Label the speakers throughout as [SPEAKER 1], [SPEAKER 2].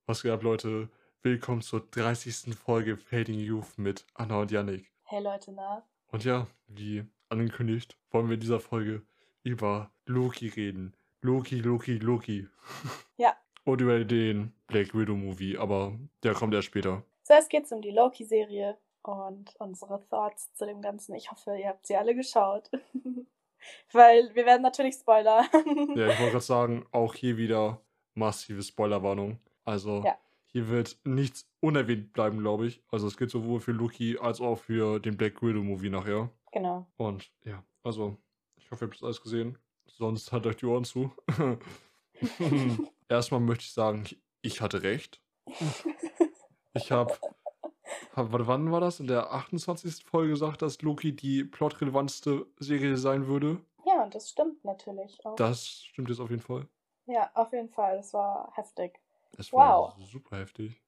[SPEAKER 1] Was geht ab, Leute? Willkommen zur 30. Folge Fading Youth mit Anna und Yannick.
[SPEAKER 2] Hey Leute, na?
[SPEAKER 1] Und ja, wie angekündigt, wollen wir in dieser Folge über Loki reden. Loki.
[SPEAKER 2] Ja,
[SPEAKER 1] Und über den Black Widow Movie, aber der kommt erst später.
[SPEAKER 2] zuerst geht's um die Loki-Serie und unsere Thoughts zu dem Ganzen. Ich hoffe, ihr habt sie alle geschaut. Weil wir werden natürlich spoilern.
[SPEAKER 1] Ja, ich wollte gerade sagen, auch hier wieder massive Spoilerwarnung. Also,
[SPEAKER 2] Ja,
[SPEAKER 1] hier wird nichts unerwähnt bleiben, glaube ich. Also, es gilt sowohl für Loki als auch für den Black Widow Movie nachher.
[SPEAKER 2] genau.
[SPEAKER 1] Und ja, also, ich hoffe, ihr habt das alles gesehen. Sonst haltet euch die Ohren zu. Erstmal möchte ich sagen, ich hatte recht. Ich warte, wann war das? In der 28. Folge gesagt, dass Loki die plotrelevanteste Serie sein würde.
[SPEAKER 2] Ja, und das stimmt natürlich auch.
[SPEAKER 1] Das stimmt jetzt auf jeden Fall.
[SPEAKER 2] Ja, auf jeden Fall. Das war heftig.
[SPEAKER 1] Es war
[SPEAKER 2] Wow.
[SPEAKER 1] super heftig.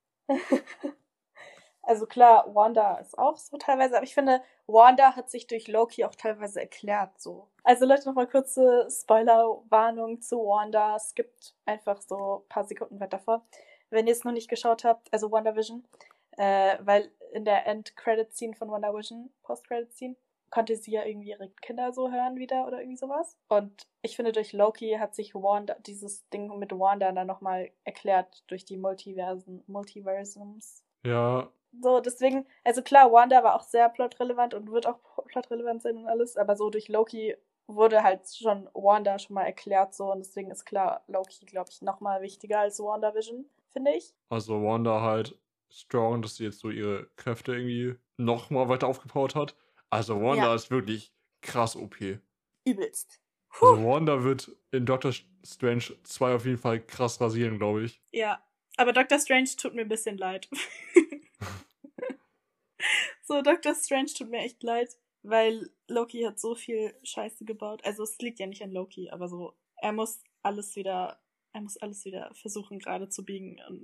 [SPEAKER 2] Also klar, Wanda ist auch so teilweise, aber ich finde, Wanda hat sich durch Loki auch teilweise erklärt so. Also Leute, nochmal kurze Spoilerwarnung zu Wanda. Es gibt einfach so ein paar Sekunden weiter vor. Wenn ihr es noch nicht geschaut habt, also WandaVision, weil in der End-Credit-Scene von WandaVision, Post-Credit-Scene, konnte sie ja irgendwie ihre Kinder so hören wieder oder irgendwie sowas. Und ich finde, durch Loki hat sich Wanda, dieses Ding mit Wanda dann nochmal erklärt durch die Multiversums.
[SPEAKER 1] Ja,
[SPEAKER 2] So, deswegen, also klar, Wanda war auch sehr plotrelevant und wird auch plotrelevant sein und alles, aber so durch Loki wurde halt schon Wanda schon mal erklärt so und deswegen ist klar Loki, glaube ich, nochmal wichtiger als WandaVision, finde ich.
[SPEAKER 1] also Wanda halt strong, dass sie jetzt so ihre Kräfte irgendwie nochmal weiter aufgebaut hat. Also Wanda
[SPEAKER 2] Ja,
[SPEAKER 1] ist wirklich krass OP.
[SPEAKER 2] übelst.
[SPEAKER 1] Also
[SPEAKER 2] Puh.
[SPEAKER 1] Wanda wird in Doctor Strange 2 auf jeden Fall krass rasieren, glaube ich.
[SPEAKER 2] Ja, aber Doctor Strange tut mir ein bisschen leid. So, Doctor Strange tut mir echt leid, weil Loki hat so viel Scheiße gebaut. Also es liegt ja nicht an Loki, aber so, er muss alles wieder, er muss alles wieder versuchen gerade zu biegen und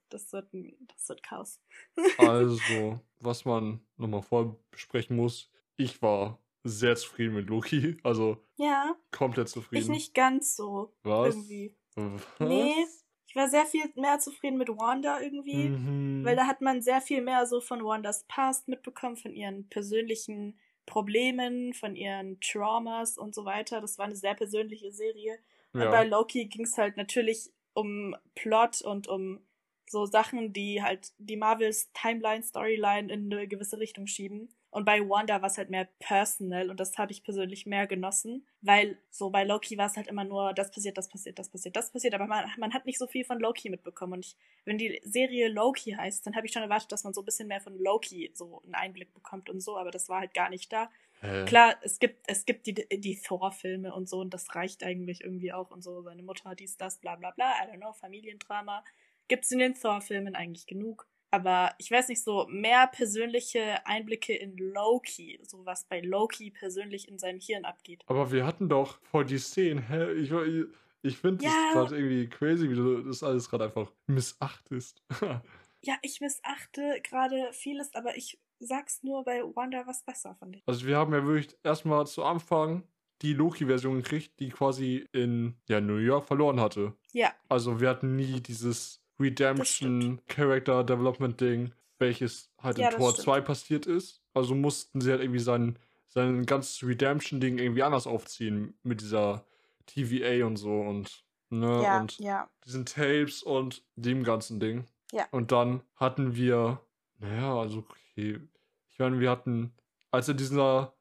[SPEAKER 2] das wird Chaos.
[SPEAKER 1] Also, was man nochmal vorbesprechen muss, ich war sehr zufrieden mit Loki. Also
[SPEAKER 2] Ja,
[SPEAKER 1] komplett
[SPEAKER 2] ich
[SPEAKER 1] zufrieden.
[SPEAKER 2] nicht ganz so
[SPEAKER 1] Was?
[SPEAKER 2] irgendwie. Nee,
[SPEAKER 1] Was?
[SPEAKER 2] ich war sehr viel mehr zufrieden mit Wanda irgendwie, weil
[SPEAKER 1] Mhm.
[SPEAKER 2] da hat man sehr viel mehr so von Wandas Past mitbekommen, von ihren persönlichen Problemen, von ihren Traumas und so weiter. Das war eine sehr persönliche Serie. Und bei
[SPEAKER 1] Ja.
[SPEAKER 2] Loki ging es halt natürlich um Plot und um so Sachen, die halt die Marvels Timeline, Storyline in eine gewisse Richtung schieben. Und bei Wanda war es halt mehr personal und das habe ich persönlich mehr genossen, weil so bei Loki war es halt immer nur, das passiert, aber man hat nicht so viel von Loki mitbekommen. Und wenn die Serie Loki heißt, dann habe ich schon erwartet, dass man so ein bisschen mehr von Loki so einen Einblick bekommt und so, aber das war halt gar nicht da.
[SPEAKER 1] Hä?
[SPEAKER 2] Klar, es gibt die Thor-Filme und so und das reicht eigentlich irgendwie auch und so, seine Mutter, dies, das, bla bla bla, I don't know, Familiendrama. Gibt's in den Thor-Filmen eigentlich genug. Aber ich weiß nicht, so mehr persönliche Einblicke in Loki, so was bei Loki persönlich in seinem Hirn abgeht.
[SPEAKER 1] Aber wir hatten doch voll die Szenen. Hä? Ich finde das
[SPEAKER 2] Ja,
[SPEAKER 1] gerade irgendwie crazy, wie du das alles gerade einfach missachtest.
[SPEAKER 2] ja, ich missachte gerade vieles, aber ich sag's nur bei Wanda was besser, fand ich.
[SPEAKER 1] Also wir haben ja wirklich erstmal zu Anfang die Loki-Version gekriegt, die quasi in New York verloren hatte.
[SPEAKER 2] Ja,
[SPEAKER 1] Also wir hatten nie dieses
[SPEAKER 2] das stimmt.
[SPEAKER 1] Redemption Character Development Ding, welches halt in
[SPEAKER 2] Ja, das
[SPEAKER 1] Tor 2
[SPEAKER 2] stimmt.
[SPEAKER 1] passiert ist. Also mussten sie halt irgendwie sein ganzes Redemption Ding irgendwie anders aufziehen mit dieser TVA und so
[SPEAKER 2] Ja,
[SPEAKER 1] und
[SPEAKER 2] ja,
[SPEAKER 1] diesen Tapes und dem ganzen Ding.
[SPEAKER 2] ja.
[SPEAKER 1] Und dann hatten wir, also okay, ich meine, wir hatten, als er in dieser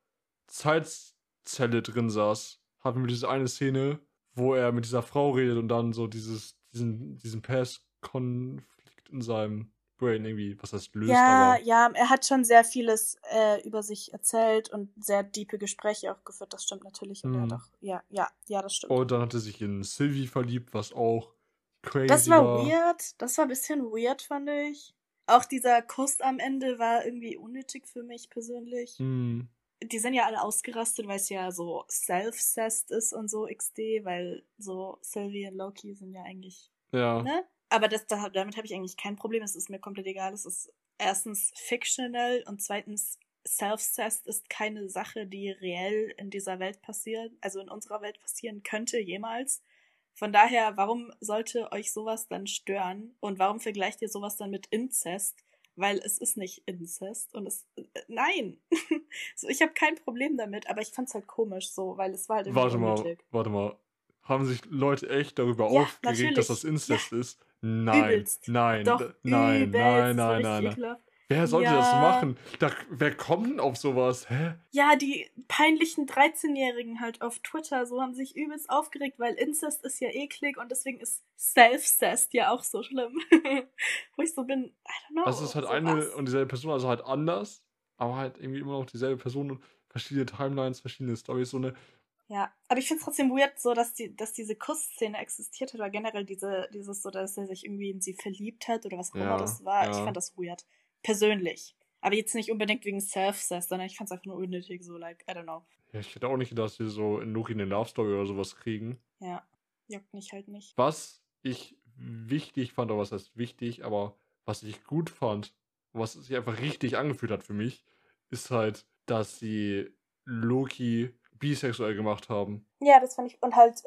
[SPEAKER 1] Zeitzelle drin saß, hatten wir diese eine Szene, wo er mit dieser Frau redet und dann so diesen Past-Konflikt in seinem Brain irgendwie, was heißt löst,
[SPEAKER 2] Ja,
[SPEAKER 1] aber
[SPEAKER 2] ja, er hat schon sehr vieles über sich erzählt und sehr diepe Gespräche auch geführt, das stimmt natürlich. Und er hat
[SPEAKER 1] hm.
[SPEAKER 2] auch, ja, das stimmt.
[SPEAKER 1] Und dann hat er sich in Sylvie verliebt, was auch
[SPEAKER 2] Das
[SPEAKER 1] crazy
[SPEAKER 2] war
[SPEAKER 1] war.
[SPEAKER 2] weird, das war ein bisschen weird, fand ich. Auch dieser Kuss am Ende war irgendwie unnötig für mich persönlich.
[SPEAKER 1] Hm.
[SPEAKER 2] Die sind ja alle ausgerastet, weil es ja so self-cessed ist und so XD, weil so Sylvie und Loki sind ja eigentlich,
[SPEAKER 1] Ja,
[SPEAKER 2] ne? Aber damit habe ich eigentlich kein Problem. Es ist mir komplett egal. Es ist erstens fictional und zweitens self-cessed ist keine Sache, die reell in dieser Welt passiert, also in unserer Welt passieren könnte jemals. Von daher, warum sollte euch sowas dann stören? Und warum vergleicht ihr sowas dann mit Inzest? Weil es ist nicht Inzest und nein. So, ich habe kein Problem damit, aber ich fand's halt komisch so, weil es war halt irgendwie unnötig.
[SPEAKER 1] Warte mal. Haben sich Leute echt darüber
[SPEAKER 2] Ja,
[SPEAKER 1] aufgeregt, dass das
[SPEAKER 2] natürlich. Ja,
[SPEAKER 1] Incest ist? Nein,
[SPEAKER 2] übelst.
[SPEAKER 1] nein,
[SPEAKER 2] Doch,
[SPEAKER 1] nein,
[SPEAKER 2] übelst.
[SPEAKER 1] nein,
[SPEAKER 2] Das war
[SPEAKER 1] nein,
[SPEAKER 2] richtig
[SPEAKER 1] nein, nein.
[SPEAKER 2] ekelhaft.
[SPEAKER 1] Wer sollte das
[SPEAKER 2] Ja.
[SPEAKER 1] machen? Wer kommt denn auf sowas? Hä?
[SPEAKER 2] Ja, die peinlichen 13-Jährigen halt auf Twitter so haben sich übelst aufgeregt, weil Inzest ist ja eklig und deswegen ist Self-Cest ja auch so schlimm. Wo ich so bin, I don't know.
[SPEAKER 1] Also es ist halt
[SPEAKER 2] so
[SPEAKER 1] eine
[SPEAKER 2] was.
[SPEAKER 1] und dieselbe Person, also halt anders, aber halt irgendwie immer noch dieselbe Person und verschiedene Timelines, verschiedene Storys, so eine.
[SPEAKER 2] Ja, aber ich find's trotzdem weird, so dass diese Kussszene existiert hat oder generell dieses so, dass er sich irgendwie in sie verliebt hat oder was auch immer das war. Ich fand das weird. Persönlich. Aber jetzt nicht unbedingt wegen Self-Cest, sondern ich fand's einfach nur unnötig, so like, I don't know.
[SPEAKER 1] Ja, ich hätte auch nicht gedacht, dass wir so in Loki eine Love Story oder sowas kriegen.
[SPEAKER 2] Ja, juckt mich halt nicht.
[SPEAKER 1] Was ich wichtig fand, oder was heißt wichtig, aber was ich gut fand, was sich einfach richtig angefühlt hat für mich, ist halt, dass sie Loki bisexuell gemacht haben.
[SPEAKER 2] Ja, das fand ich. Und halt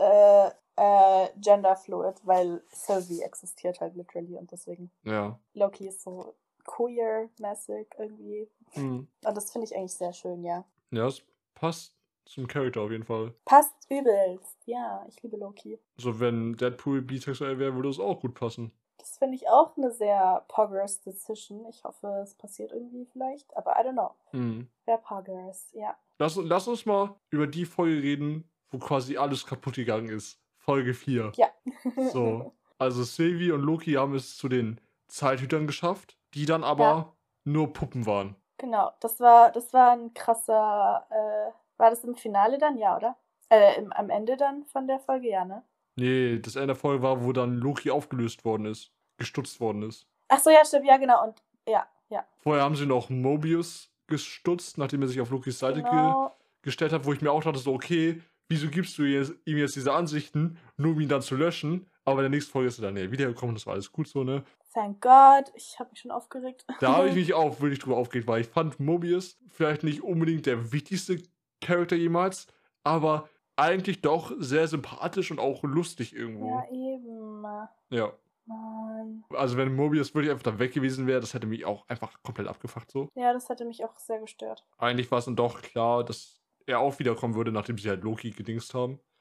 [SPEAKER 2] genderfluid, weil Sylvie existiert halt literally und deswegen.
[SPEAKER 1] Ja.
[SPEAKER 2] Loki ist so queer-mäßig irgendwie. Und das finde ich eigentlich sehr schön, ja.
[SPEAKER 1] Ja, es passt zum Charakter auf jeden Fall.
[SPEAKER 2] Passt übelst. Ja, ich liebe Loki.
[SPEAKER 1] So, wenn Deadpool bisexuell wäre, würde es auch gut passen.
[SPEAKER 2] Das finde ich auch eine sehr poggers Decision. Ich hoffe, es passiert irgendwie vielleicht, aber I don't know. Wer poggers, ja.
[SPEAKER 1] Lass uns mal über die Folge reden, wo quasi alles kaputt gegangen ist. Folge 4.
[SPEAKER 2] Ja.
[SPEAKER 1] So, also Sylvie und Loki haben es zu den Zeithütern geschafft, die dann aber nur Puppen waren.
[SPEAKER 2] Genau, das war ein krasser, war das im Finale dann? Ja, oder? Am Ende dann von der Folge, ja, ne?
[SPEAKER 1] Nee, das Ende der Folge war, wo dann Loki aufgelöst worden ist, gestutzt worden ist.
[SPEAKER 2] Ach so, ja, stimmt, ja, genau, und ja.
[SPEAKER 1] Vorher haben sie noch Mobius gestutzt, nachdem er sich auf Lokis Seite gestellt hat, wo ich mir auch dachte, so, okay, wieso gibst du ihm jetzt diese Ansichten, nur um ihn dann zu löschen? Aber in der nächsten Folge ist er dann wiedergekommen, das war alles gut so, ne?
[SPEAKER 2] Thank God, ich habe mich schon aufgeregt.
[SPEAKER 1] Da habe ich mich auch wirklich drüber aufgeregt, weil ich fand Mobius vielleicht nicht unbedingt der wichtigste Charakter jemals, aber eigentlich doch sehr sympathisch und auch lustig irgendwo.
[SPEAKER 2] Ja, eben.
[SPEAKER 1] Ja.
[SPEAKER 2] Mann.
[SPEAKER 1] Also wenn Mobius wirklich einfach da weg gewesen wäre, das hätte mich auch einfach komplett abgefuckt so.
[SPEAKER 2] Ja, das hätte mich auch sehr gestört.
[SPEAKER 1] Eigentlich war es dann doch klar, dass er auch wiederkommen würde, nachdem sie halt Loki gestutzt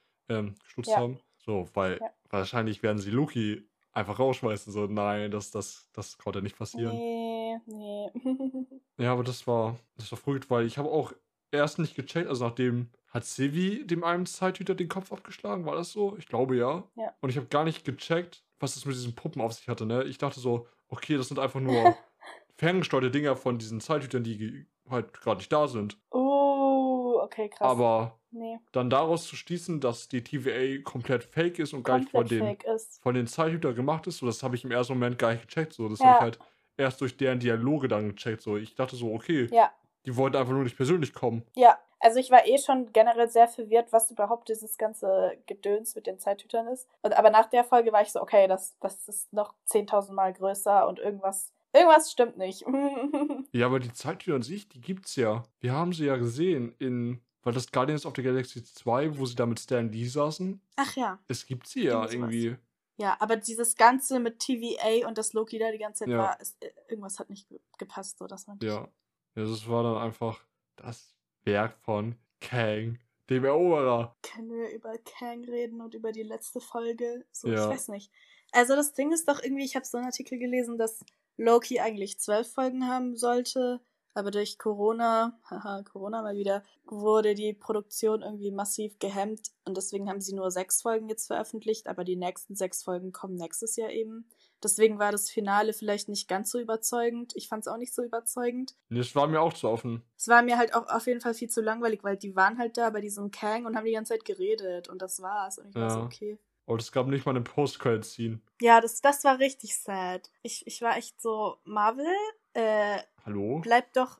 [SPEAKER 1] haben. So, weil wahrscheinlich werden sie Loki einfach rausschmeißen. So, nein, das konnte nicht passieren.
[SPEAKER 2] Nee.
[SPEAKER 1] Ja, aber das war verrückt, weil ich habe auch erst nicht gecheckt, also nachdem hat Sylvie dem einen Zeithüter den Kopf abgeschlagen, war das so? Ich glaube ja. Und ich habe gar nicht gecheckt, was das mit diesen Puppen auf sich hatte, ne? Ich dachte so, okay, das sind einfach nur ferngesteuerte Dinger von diesen Zeithütern, die halt gerade nicht da sind.
[SPEAKER 2] Okay, krass.
[SPEAKER 1] Aber dann daraus zu schließen, dass die TVA komplett fake ist und gar nicht von den Zeithütern gemacht ist, so, das habe ich im ersten Moment gar nicht gecheckt. So, das habe ich halt erst durch deren Dialoge dann gecheckt. So, ich dachte so, okay, die wollten einfach nur nicht persönlich kommen.
[SPEAKER 2] Ja, also ich war schon generell sehr verwirrt, was überhaupt dieses ganze Gedöns mit den Zeithütern ist. Aber nach der Folge war ich so, okay, das ist noch 10.000 Mal größer und irgendwas stimmt nicht.
[SPEAKER 1] Ja, aber die Zeithüter an sich, die gibt's ja. Wir haben sie ja gesehen weil das Guardians of the Galaxy 2, wo sie da mit Stan Lee saßen.
[SPEAKER 2] Ach ja.
[SPEAKER 1] Es gibt sie ja irgendwie.
[SPEAKER 2] Ja, aber dieses Ganze mit TVA und das Loki da die ganze Zeit war, irgendwas hat nicht gepasst, so dass man.
[SPEAKER 1] Ja, das war dann einfach das Werk von Kang, dem Eroberer.
[SPEAKER 2] Können wir über Kang reden und über die letzte Folge? So, ich weiß nicht. Also das Ding ist doch irgendwie, ich habe so einen Artikel gelesen, dass Loki eigentlich 12 Folgen haben sollte, aber durch Corona mal wieder, wurde die Produktion irgendwie massiv gehemmt und deswegen haben sie nur 6 Folgen jetzt veröffentlicht, aber die nächsten 6 Folgen kommen nächstes Jahr eben. Deswegen war das Finale vielleicht nicht ganz so überzeugend. Ich fand es auch nicht so überzeugend.
[SPEAKER 1] Das war mir auch zu offen.
[SPEAKER 2] Es war mir halt auch auf jeden Fall viel zu langweilig, weil die waren halt da bei diesem Kang und haben die ganze Zeit geredet und das war's. Und ich war so, okay.
[SPEAKER 1] Und es gab nicht mal eine Post-Credit-Scene.
[SPEAKER 2] Ja, das war richtig sad. Ich war echt so, Marvel,
[SPEAKER 1] hallo?
[SPEAKER 2] Bleibt doch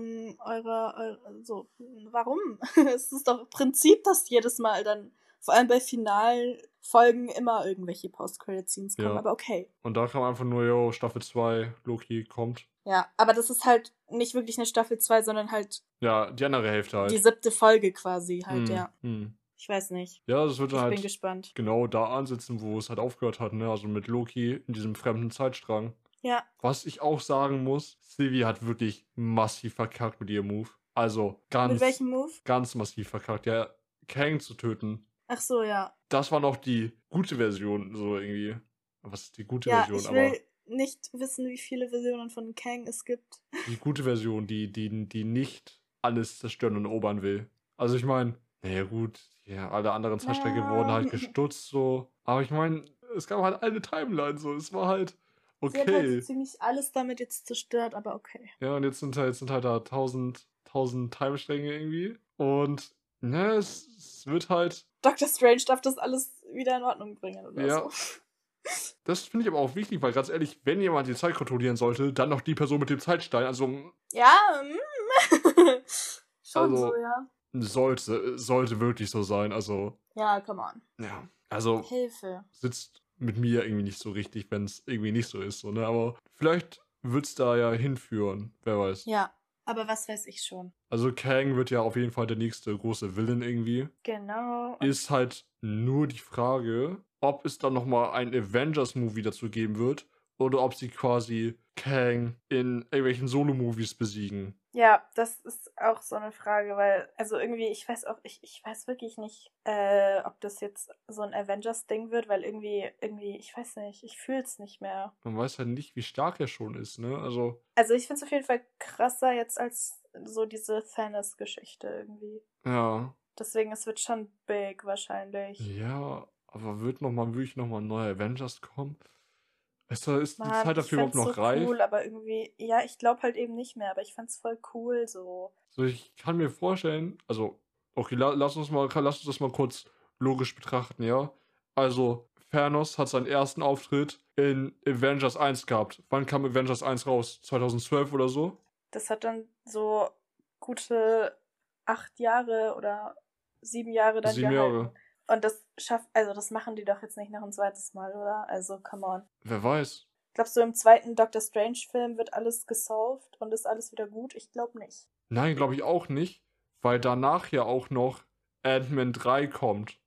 [SPEAKER 2] so, warum? Es ist doch Prinzip, dass jedes Mal dann, vor allem bei Finalfolgen, immer irgendwelche Post-Credit-Scenes kommen, aber okay.
[SPEAKER 1] Und da kam einfach nur, Staffel 2, Loki kommt.
[SPEAKER 2] Ja, aber das ist halt nicht wirklich eine Staffel 2, sondern halt
[SPEAKER 1] ja, die andere Hälfte halt.
[SPEAKER 2] Die 7. Folge quasi halt, ja. Ich weiß nicht.
[SPEAKER 1] Ja, das wird dann
[SPEAKER 2] Ich bin
[SPEAKER 1] halt
[SPEAKER 2] gespannt.
[SPEAKER 1] genau da ansetzen, wo es halt aufgehört hat, ne? Also mit Loki in diesem fremden Zeitstrang.
[SPEAKER 2] Ja.
[SPEAKER 1] Was ich auch sagen muss, Sylvie hat wirklich massiv verkackt mit ihrem Move. Also
[SPEAKER 2] Mit welchem Move?
[SPEAKER 1] ganz massiv verkackt. Ja, Kang zu töten.
[SPEAKER 2] Ach so, ja.
[SPEAKER 1] Das war noch die gute Version, so irgendwie. Was ist die gute
[SPEAKER 2] Ja,
[SPEAKER 1] Version?
[SPEAKER 2] ich
[SPEAKER 1] Aber
[SPEAKER 2] will nicht wissen, wie viele Versionen von Kang es gibt.
[SPEAKER 1] die gute Version, die nicht alles zerstören und erobern will. Also ich meine, naja gut, ja, alle anderen Zeitstränge wurden halt gestutzt, so. Aber ich meine, es gab halt eine Timeline, so. Es war halt
[SPEAKER 2] Sie hat halt so
[SPEAKER 1] okay.
[SPEAKER 2] ziemlich alles damit jetzt zerstört, aber okay.
[SPEAKER 1] Ja, und jetzt sind halt da 1000 Timestränge irgendwie. Und, ne, es wird halt,
[SPEAKER 2] Doctor Strange darf das alles wieder in Ordnung bringen oder
[SPEAKER 1] ja.
[SPEAKER 2] so.
[SPEAKER 1] Das finde ich aber auch wichtig, weil ganz ehrlich, wenn jemand die Zeit kontrollieren sollte, dann noch die Person mit dem Zeitstein. Also,
[SPEAKER 2] Ja, schon
[SPEAKER 1] Also-
[SPEAKER 2] so, ja.
[SPEAKER 1] sollte wirklich so sein. Also,
[SPEAKER 2] Ja, come on.
[SPEAKER 1] ja. Also,
[SPEAKER 2] Hilfe.
[SPEAKER 1] sitzt mit mir irgendwie nicht so richtig, wenn es irgendwie nicht so ist. So, ne? Aber vielleicht wird es da ja hinführen. Wer weiß.
[SPEAKER 2] Ja, aber was weiß ich schon.
[SPEAKER 1] Also, Kang wird ja auf jeden Fall der nächste große Villain irgendwie.
[SPEAKER 2] Genau.
[SPEAKER 1] Ist halt nur die Frage, ob es dann nochmal ein Avengers-Movie dazu geben wird oder ob sie quasi Kang in irgendwelchen Solo-Movies besiegen.
[SPEAKER 2] Ja, das ist auch so eine Frage, weil, also irgendwie, ich weiß wirklich nicht, ob das jetzt so ein Avengers-Ding wird, weil irgendwie, ich weiß nicht, ich fühl's nicht mehr.
[SPEAKER 1] Man weiß halt nicht, wie stark er schon ist, ne? Also,
[SPEAKER 2] Ich find's auf jeden Fall krasser jetzt als so diese Thanos-Geschichte irgendwie.
[SPEAKER 1] ja.
[SPEAKER 2] Deswegen, es wird schon big wahrscheinlich.
[SPEAKER 1] Ja, aber wird wirklich nochmal ein neuer Avengers kommen? Ist die
[SPEAKER 2] Mann,
[SPEAKER 1] Zeit
[SPEAKER 2] ich
[SPEAKER 1] dafür überhaupt
[SPEAKER 2] fand's
[SPEAKER 1] noch
[SPEAKER 2] so
[SPEAKER 1] reif?
[SPEAKER 2] cool, aber irgendwie, ja, ich glaube halt eben nicht mehr, aber ich fand's voll cool so.
[SPEAKER 1] So, ich kann mir vorstellen, also, okay, lass uns das mal kurz logisch betrachten, ja? Also, Thanos hat seinen ersten Auftritt in Avengers 1 gehabt. Wann kam Avengers 1 raus? 2012 oder so?
[SPEAKER 2] Das hat dann so gute 8 Jahre oder 7 Jahre dann
[SPEAKER 1] 7
[SPEAKER 2] gehalten.
[SPEAKER 1] Jahre.
[SPEAKER 2] Und das machen die doch jetzt nicht noch ein zweites Mal, oder? Also, come on.
[SPEAKER 1] Wer weiß.
[SPEAKER 2] Glaubst du, im zweiten Doctor Strange-Film wird alles gesolved und ist alles wieder gut? Ich glaube nicht.
[SPEAKER 1] Nein, glaube ich auch nicht, weil danach ja auch noch Ant-Man 3 kommt.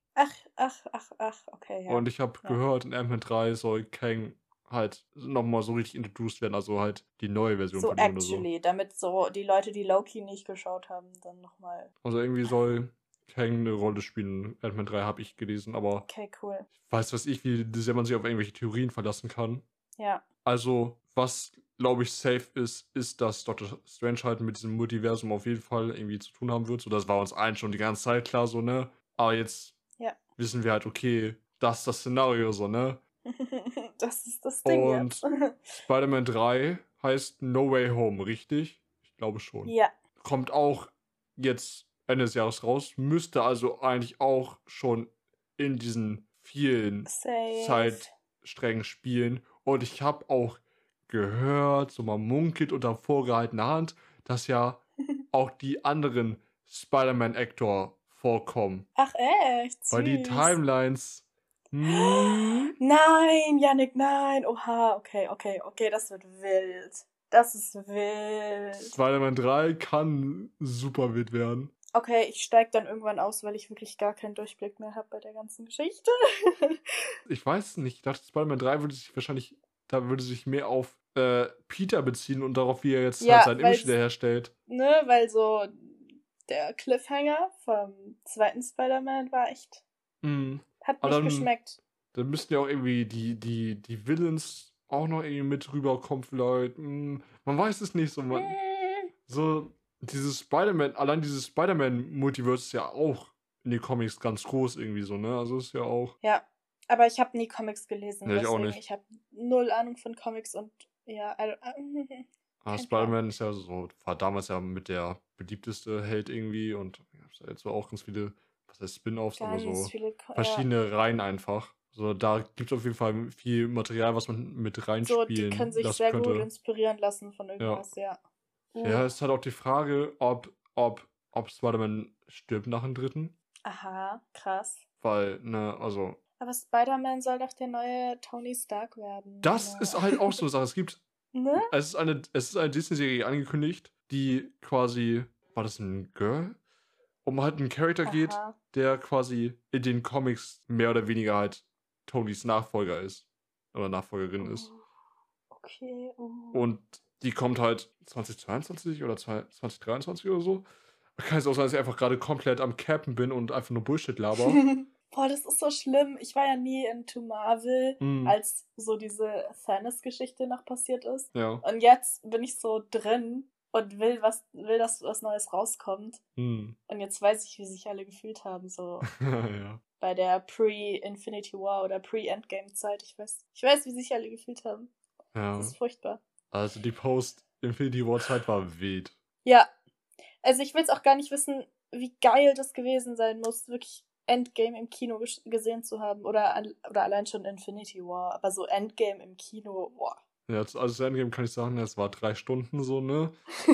[SPEAKER 2] Ach, okay, ja.
[SPEAKER 1] Und ich habe
[SPEAKER 2] Ja.
[SPEAKER 1] gehört, in Ant-Man 3 soll Kang halt nochmal so richtig introduced werden, also halt die neue Version
[SPEAKER 2] So
[SPEAKER 1] von ihm oder so.
[SPEAKER 2] actually, damit so die Leute, die Loki nicht geschaut haben, dann nochmal.
[SPEAKER 1] Also irgendwie soll Kang eine Rolle spielen. Ant-Man 3 habe ich gelesen, aber
[SPEAKER 2] Okay, cool.
[SPEAKER 1] weiß was ich, wie sehr man sich auf irgendwelche Theorien verlassen kann.
[SPEAKER 2] Ja.
[SPEAKER 1] Also, was glaube ich safe ist, dass Doctor Strange halt mit diesem Multiversum auf jeden Fall irgendwie zu tun haben wird. So, das war uns allen schon die ganze Zeit klar, so, ne? Aber jetzt
[SPEAKER 2] Ja.
[SPEAKER 1] wissen wir halt, okay, das ist das Szenario, so, ne?
[SPEAKER 2] Das ist das Ding
[SPEAKER 1] Und
[SPEAKER 2] jetzt.
[SPEAKER 1] Spider-Man 3 heißt No Way Home, richtig? Ich glaube schon.
[SPEAKER 2] Ja.
[SPEAKER 1] Kommt auch jetzt Ende des Jahres raus. Müsste also eigentlich auch schon in diesen vielen
[SPEAKER 2] Safe.
[SPEAKER 1] Zeitsträngen spielen. Und ich habe auch gehört, so man munkelt unter vorgehaltener Hand, dass ja auch die anderen Spider-Man-Actor vorkommen.
[SPEAKER 2] Ach echt?
[SPEAKER 1] Weil die
[SPEAKER 2] Süß.
[SPEAKER 1] Timelines.
[SPEAKER 2] Nein, Yannick, nein. Oha, okay, das wird wild. Das ist wild.
[SPEAKER 1] Spider-Man 3 kann super wild werden.
[SPEAKER 2] Okay, ich steig dann irgendwann aus, weil ich wirklich gar keinen Durchblick mehr habe bei der ganzen Geschichte.
[SPEAKER 1] Ich weiß nicht, ich dachte, Spider-Man 3 würde sich mehr auf Peter beziehen und darauf, wie er jetzt
[SPEAKER 2] Ja,
[SPEAKER 1] halt sein Image
[SPEAKER 2] weil's-
[SPEAKER 1] wiederherstellt.
[SPEAKER 2] Ne, weil so der Cliffhanger vom zweiten Spider-Man war echt.
[SPEAKER 1] Mhm.
[SPEAKER 2] Hat
[SPEAKER 1] Aber
[SPEAKER 2] nicht
[SPEAKER 1] dann-
[SPEAKER 2] geschmeckt.
[SPEAKER 1] Dann müssten ja auch irgendwie die Villains auch noch irgendwie mit rüberkommen, vielleicht. Man weiß es nicht so. So, allein dieses Spider-Man-Multiverse ist ja auch in den Comics ganz groß irgendwie so, ne? Also ist ja auch.
[SPEAKER 2] Ja, aber ich habe nie Comics gelesen.
[SPEAKER 1] Nee, ich auch
[SPEAKER 2] deswegen,
[SPEAKER 1] nicht.
[SPEAKER 2] Ich habe null Ahnung von Comics und ja,
[SPEAKER 1] Aber
[SPEAKER 2] Kein
[SPEAKER 1] Spider-Man ist ja so, war damals ja mit der beliebteste Held irgendwie und ja, jetzt auch ganz viele, was heißt Spin-offs, aber
[SPEAKER 2] ganz
[SPEAKER 1] so
[SPEAKER 2] viele
[SPEAKER 1] verschiedene Reihen einfach. So, da gibt es auf jeden Fall viel Material, was man mit
[SPEAKER 2] So,
[SPEAKER 1] reinspielen
[SPEAKER 2] die können sich
[SPEAKER 1] lassen
[SPEAKER 2] sehr
[SPEAKER 1] könnte.
[SPEAKER 2] gut inspirieren lassen von irgendwas, ja.
[SPEAKER 1] Ja, es ist halt auch die Frage, ob Spider-Man stirbt nach dem dritten.
[SPEAKER 2] Aha, krass.
[SPEAKER 1] Weil, ne, also.
[SPEAKER 2] Aber Spider-Man soll doch der neue Tony Stark werden.
[SPEAKER 1] Das
[SPEAKER 2] Ja.
[SPEAKER 1] ist halt auch so eine Sache.
[SPEAKER 2] Ne?
[SPEAKER 1] Es ist eine Disney-Serie angekündigt, die quasi. War das ein Girl? um halt einen Charakter geht,
[SPEAKER 2] Aha.
[SPEAKER 1] der quasi in den Comics mehr oder weniger halt Tonys Nachfolger ist. Oder Nachfolgerin ist.
[SPEAKER 2] Okay.
[SPEAKER 1] Und die kommt halt 2022 oder 2023 oder so. Kann es auch sein, dass ich einfach gerade komplett am Cappen bin und einfach nur Bullshit laber.
[SPEAKER 2] Boah, das ist so schlimm. Ich war ja nie into Marvel,
[SPEAKER 1] Mm,
[SPEAKER 2] als so diese Thanos-Geschichte noch passiert ist.
[SPEAKER 1] ja.
[SPEAKER 2] Und jetzt bin ich so drin und will, dass was Neues rauskommt.
[SPEAKER 1] Mm.
[SPEAKER 2] Und jetzt weiß ich, wie sich alle gefühlt haben, so
[SPEAKER 1] Ja.
[SPEAKER 2] bei der Pre-Infinity War oder Pre-Endgame-Zeit. Ich weiß, wie sich alle gefühlt haben. Das
[SPEAKER 1] Ja.
[SPEAKER 2] ist furchtbar.
[SPEAKER 1] Also die Post-Infinity War-Zeit war wild.
[SPEAKER 2] Ja, also ich will jetzt auch gar nicht wissen, wie geil das gewesen sein muss, wirklich Endgame im Kino gesehen zu haben. Oder allein schon Infinity War. Aber so Endgame im Kino, boah.
[SPEAKER 1] Ja, also das Endgame kann ich sagen, es war 3 Stunden so, ne?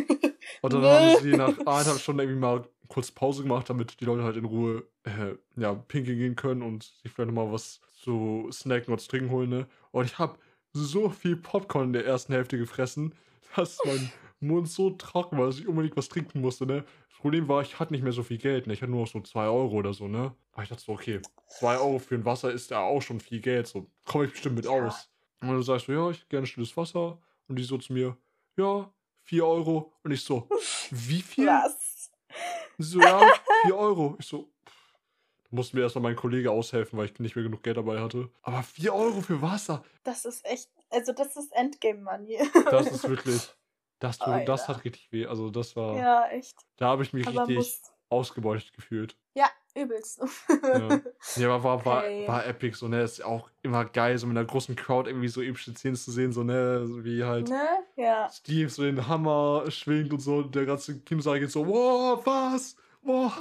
[SPEAKER 1] Und dann haben sie nach 1,5 Stunden irgendwie mal kurz Pause gemacht, damit die Leute halt in Ruhe ja, pinkeln gehen können und sich vielleicht nochmal was zu snacken oder zu trinken holen, ne? Und ich habe so viel Popcorn in der ersten Hälfte gefressen, dass mein Mund so trocken war, dass ich unbedingt was trinken musste, ne? Das Problem war, ich hatte nicht mehr so viel Geld, ne? Ich hatte nur noch so 2 Euro oder so, ne? Aber ich dachte so, okay, 2 Euro für ein Wasser ist ja auch schon viel Geld, so komme ich bestimmt mit
[SPEAKER 2] Ja.
[SPEAKER 1] aus. Und dann sagst du, ja, ich hätte gerne stilles Wasser. Und die so zu mir, ja, 4 Euro. Und ich so, wie viel?
[SPEAKER 2] Was?
[SPEAKER 1] Und sie so, ja, 4 Euro. Ich so, da musste mir erstmal mein Kollege aushelfen, weil ich nicht mehr genug Geld dabei hatte. Aber 4 Euro für Wasser,
[SPEAKER 2] Das ist echt, also das ist Endgame-Money.
[SPEAKER 1] das ist wirklich, das
[SPEAKER 2] Alter.
[SPEAKER 1] hat richtig weh. Also das war,
[SPEAKER 2] Ja, echt.
[SPEAKER 1] da habe ich mich
[SPEAKER 2] Aber
[SPEAKER 1] richtig ausgebeutet gefühlt.
[SPEAKER 2] Ja, übelst.
[SPEAKER 1] Ja, ja, aber
[SPEAKER 2] Hey.
[SPEAKER 1] war epic, so, ne? Ist auch immer geil, so mit einer großen Crowd irgendwie so epische Szenen zu sehen, so, ne? So wie halt
[SPEAKER 2] Ne? Ja.
[SPEAKER 1] Steve so den Hammer schwingt und so, der ganze Kinosaal geht so, wow, was? Wow.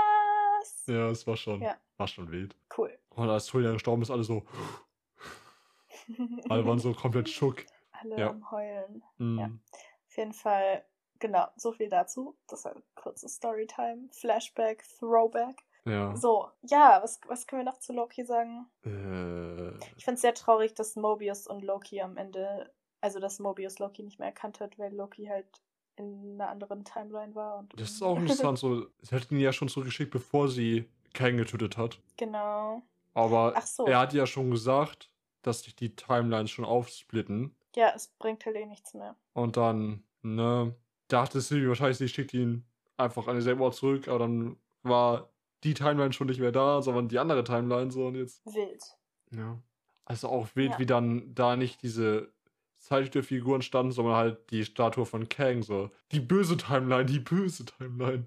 [SPEAKER 2] Was?
[SPEAKER 1] Ja, es war schon
[SPEAKER 2] Ja.
[SPEAKER 1] wild.
[SPEAKER 2] Cool.
[SPEAKER 1] Und als Julian gestorben ist, alle so, alle waren so komplett schock.
[SPEAKER 2] Alle
[SPEAKER 1] Ja.
[SPEAKER 2] am Heulen.
[SPEAKER 1] Mm.
[SPEAKER 2] Ja. Auf jeden Fall, genau, so viel dazu. Das war eine kurze Storytime. Flashback, Throwback.
[SPEAKER 1] Ja.
[SPEAKER 2] So, ja, was können wir noch zu Loki sagen?
[SPEAKER 1] Äh,
[SPEAKER 2] Ich finde es sehr traurig, dass Mobius und Loki am Ende, also dass Mobius Loki nicht mehr erkannt hat, weil Loki halt in einer anderen Timeline war. Und
[SPEAKER 1] das ist auch interessant, so, sie hat ihn ja schon zurückgeschickt, bevor sie Kang getötet hat.
[SPEAKER 2] Genau.
[SPEAKER 1] Aber
[SPEAKER 2] Ach so.
[SPEAKER 1] er hat ja schon gesagt, dass sich die Timelines schon aufsplitten.
[SPEAKER 2] Ja, es bringt halt eh nichts mehr.
[SPEAKER 1] Und dann, ne, dachte sie wahrscheinlich, sie schickt ihn einfach an denselben Ort zurück, aber dann war die Timeline schon nicht mehr da, sondern die andere Timeline so und jetzt.
[SPEAKER 2] Wild.
[SPEAKER 1] Ja. Also auch wild,
[SPEAKER 2] Ja.
[SPEAKER 1] wie dann da nicht diese Zeichentrickfiguren standen, sondern halt die Statue von Kang, so. Die böse Timeline, die böse Timeline.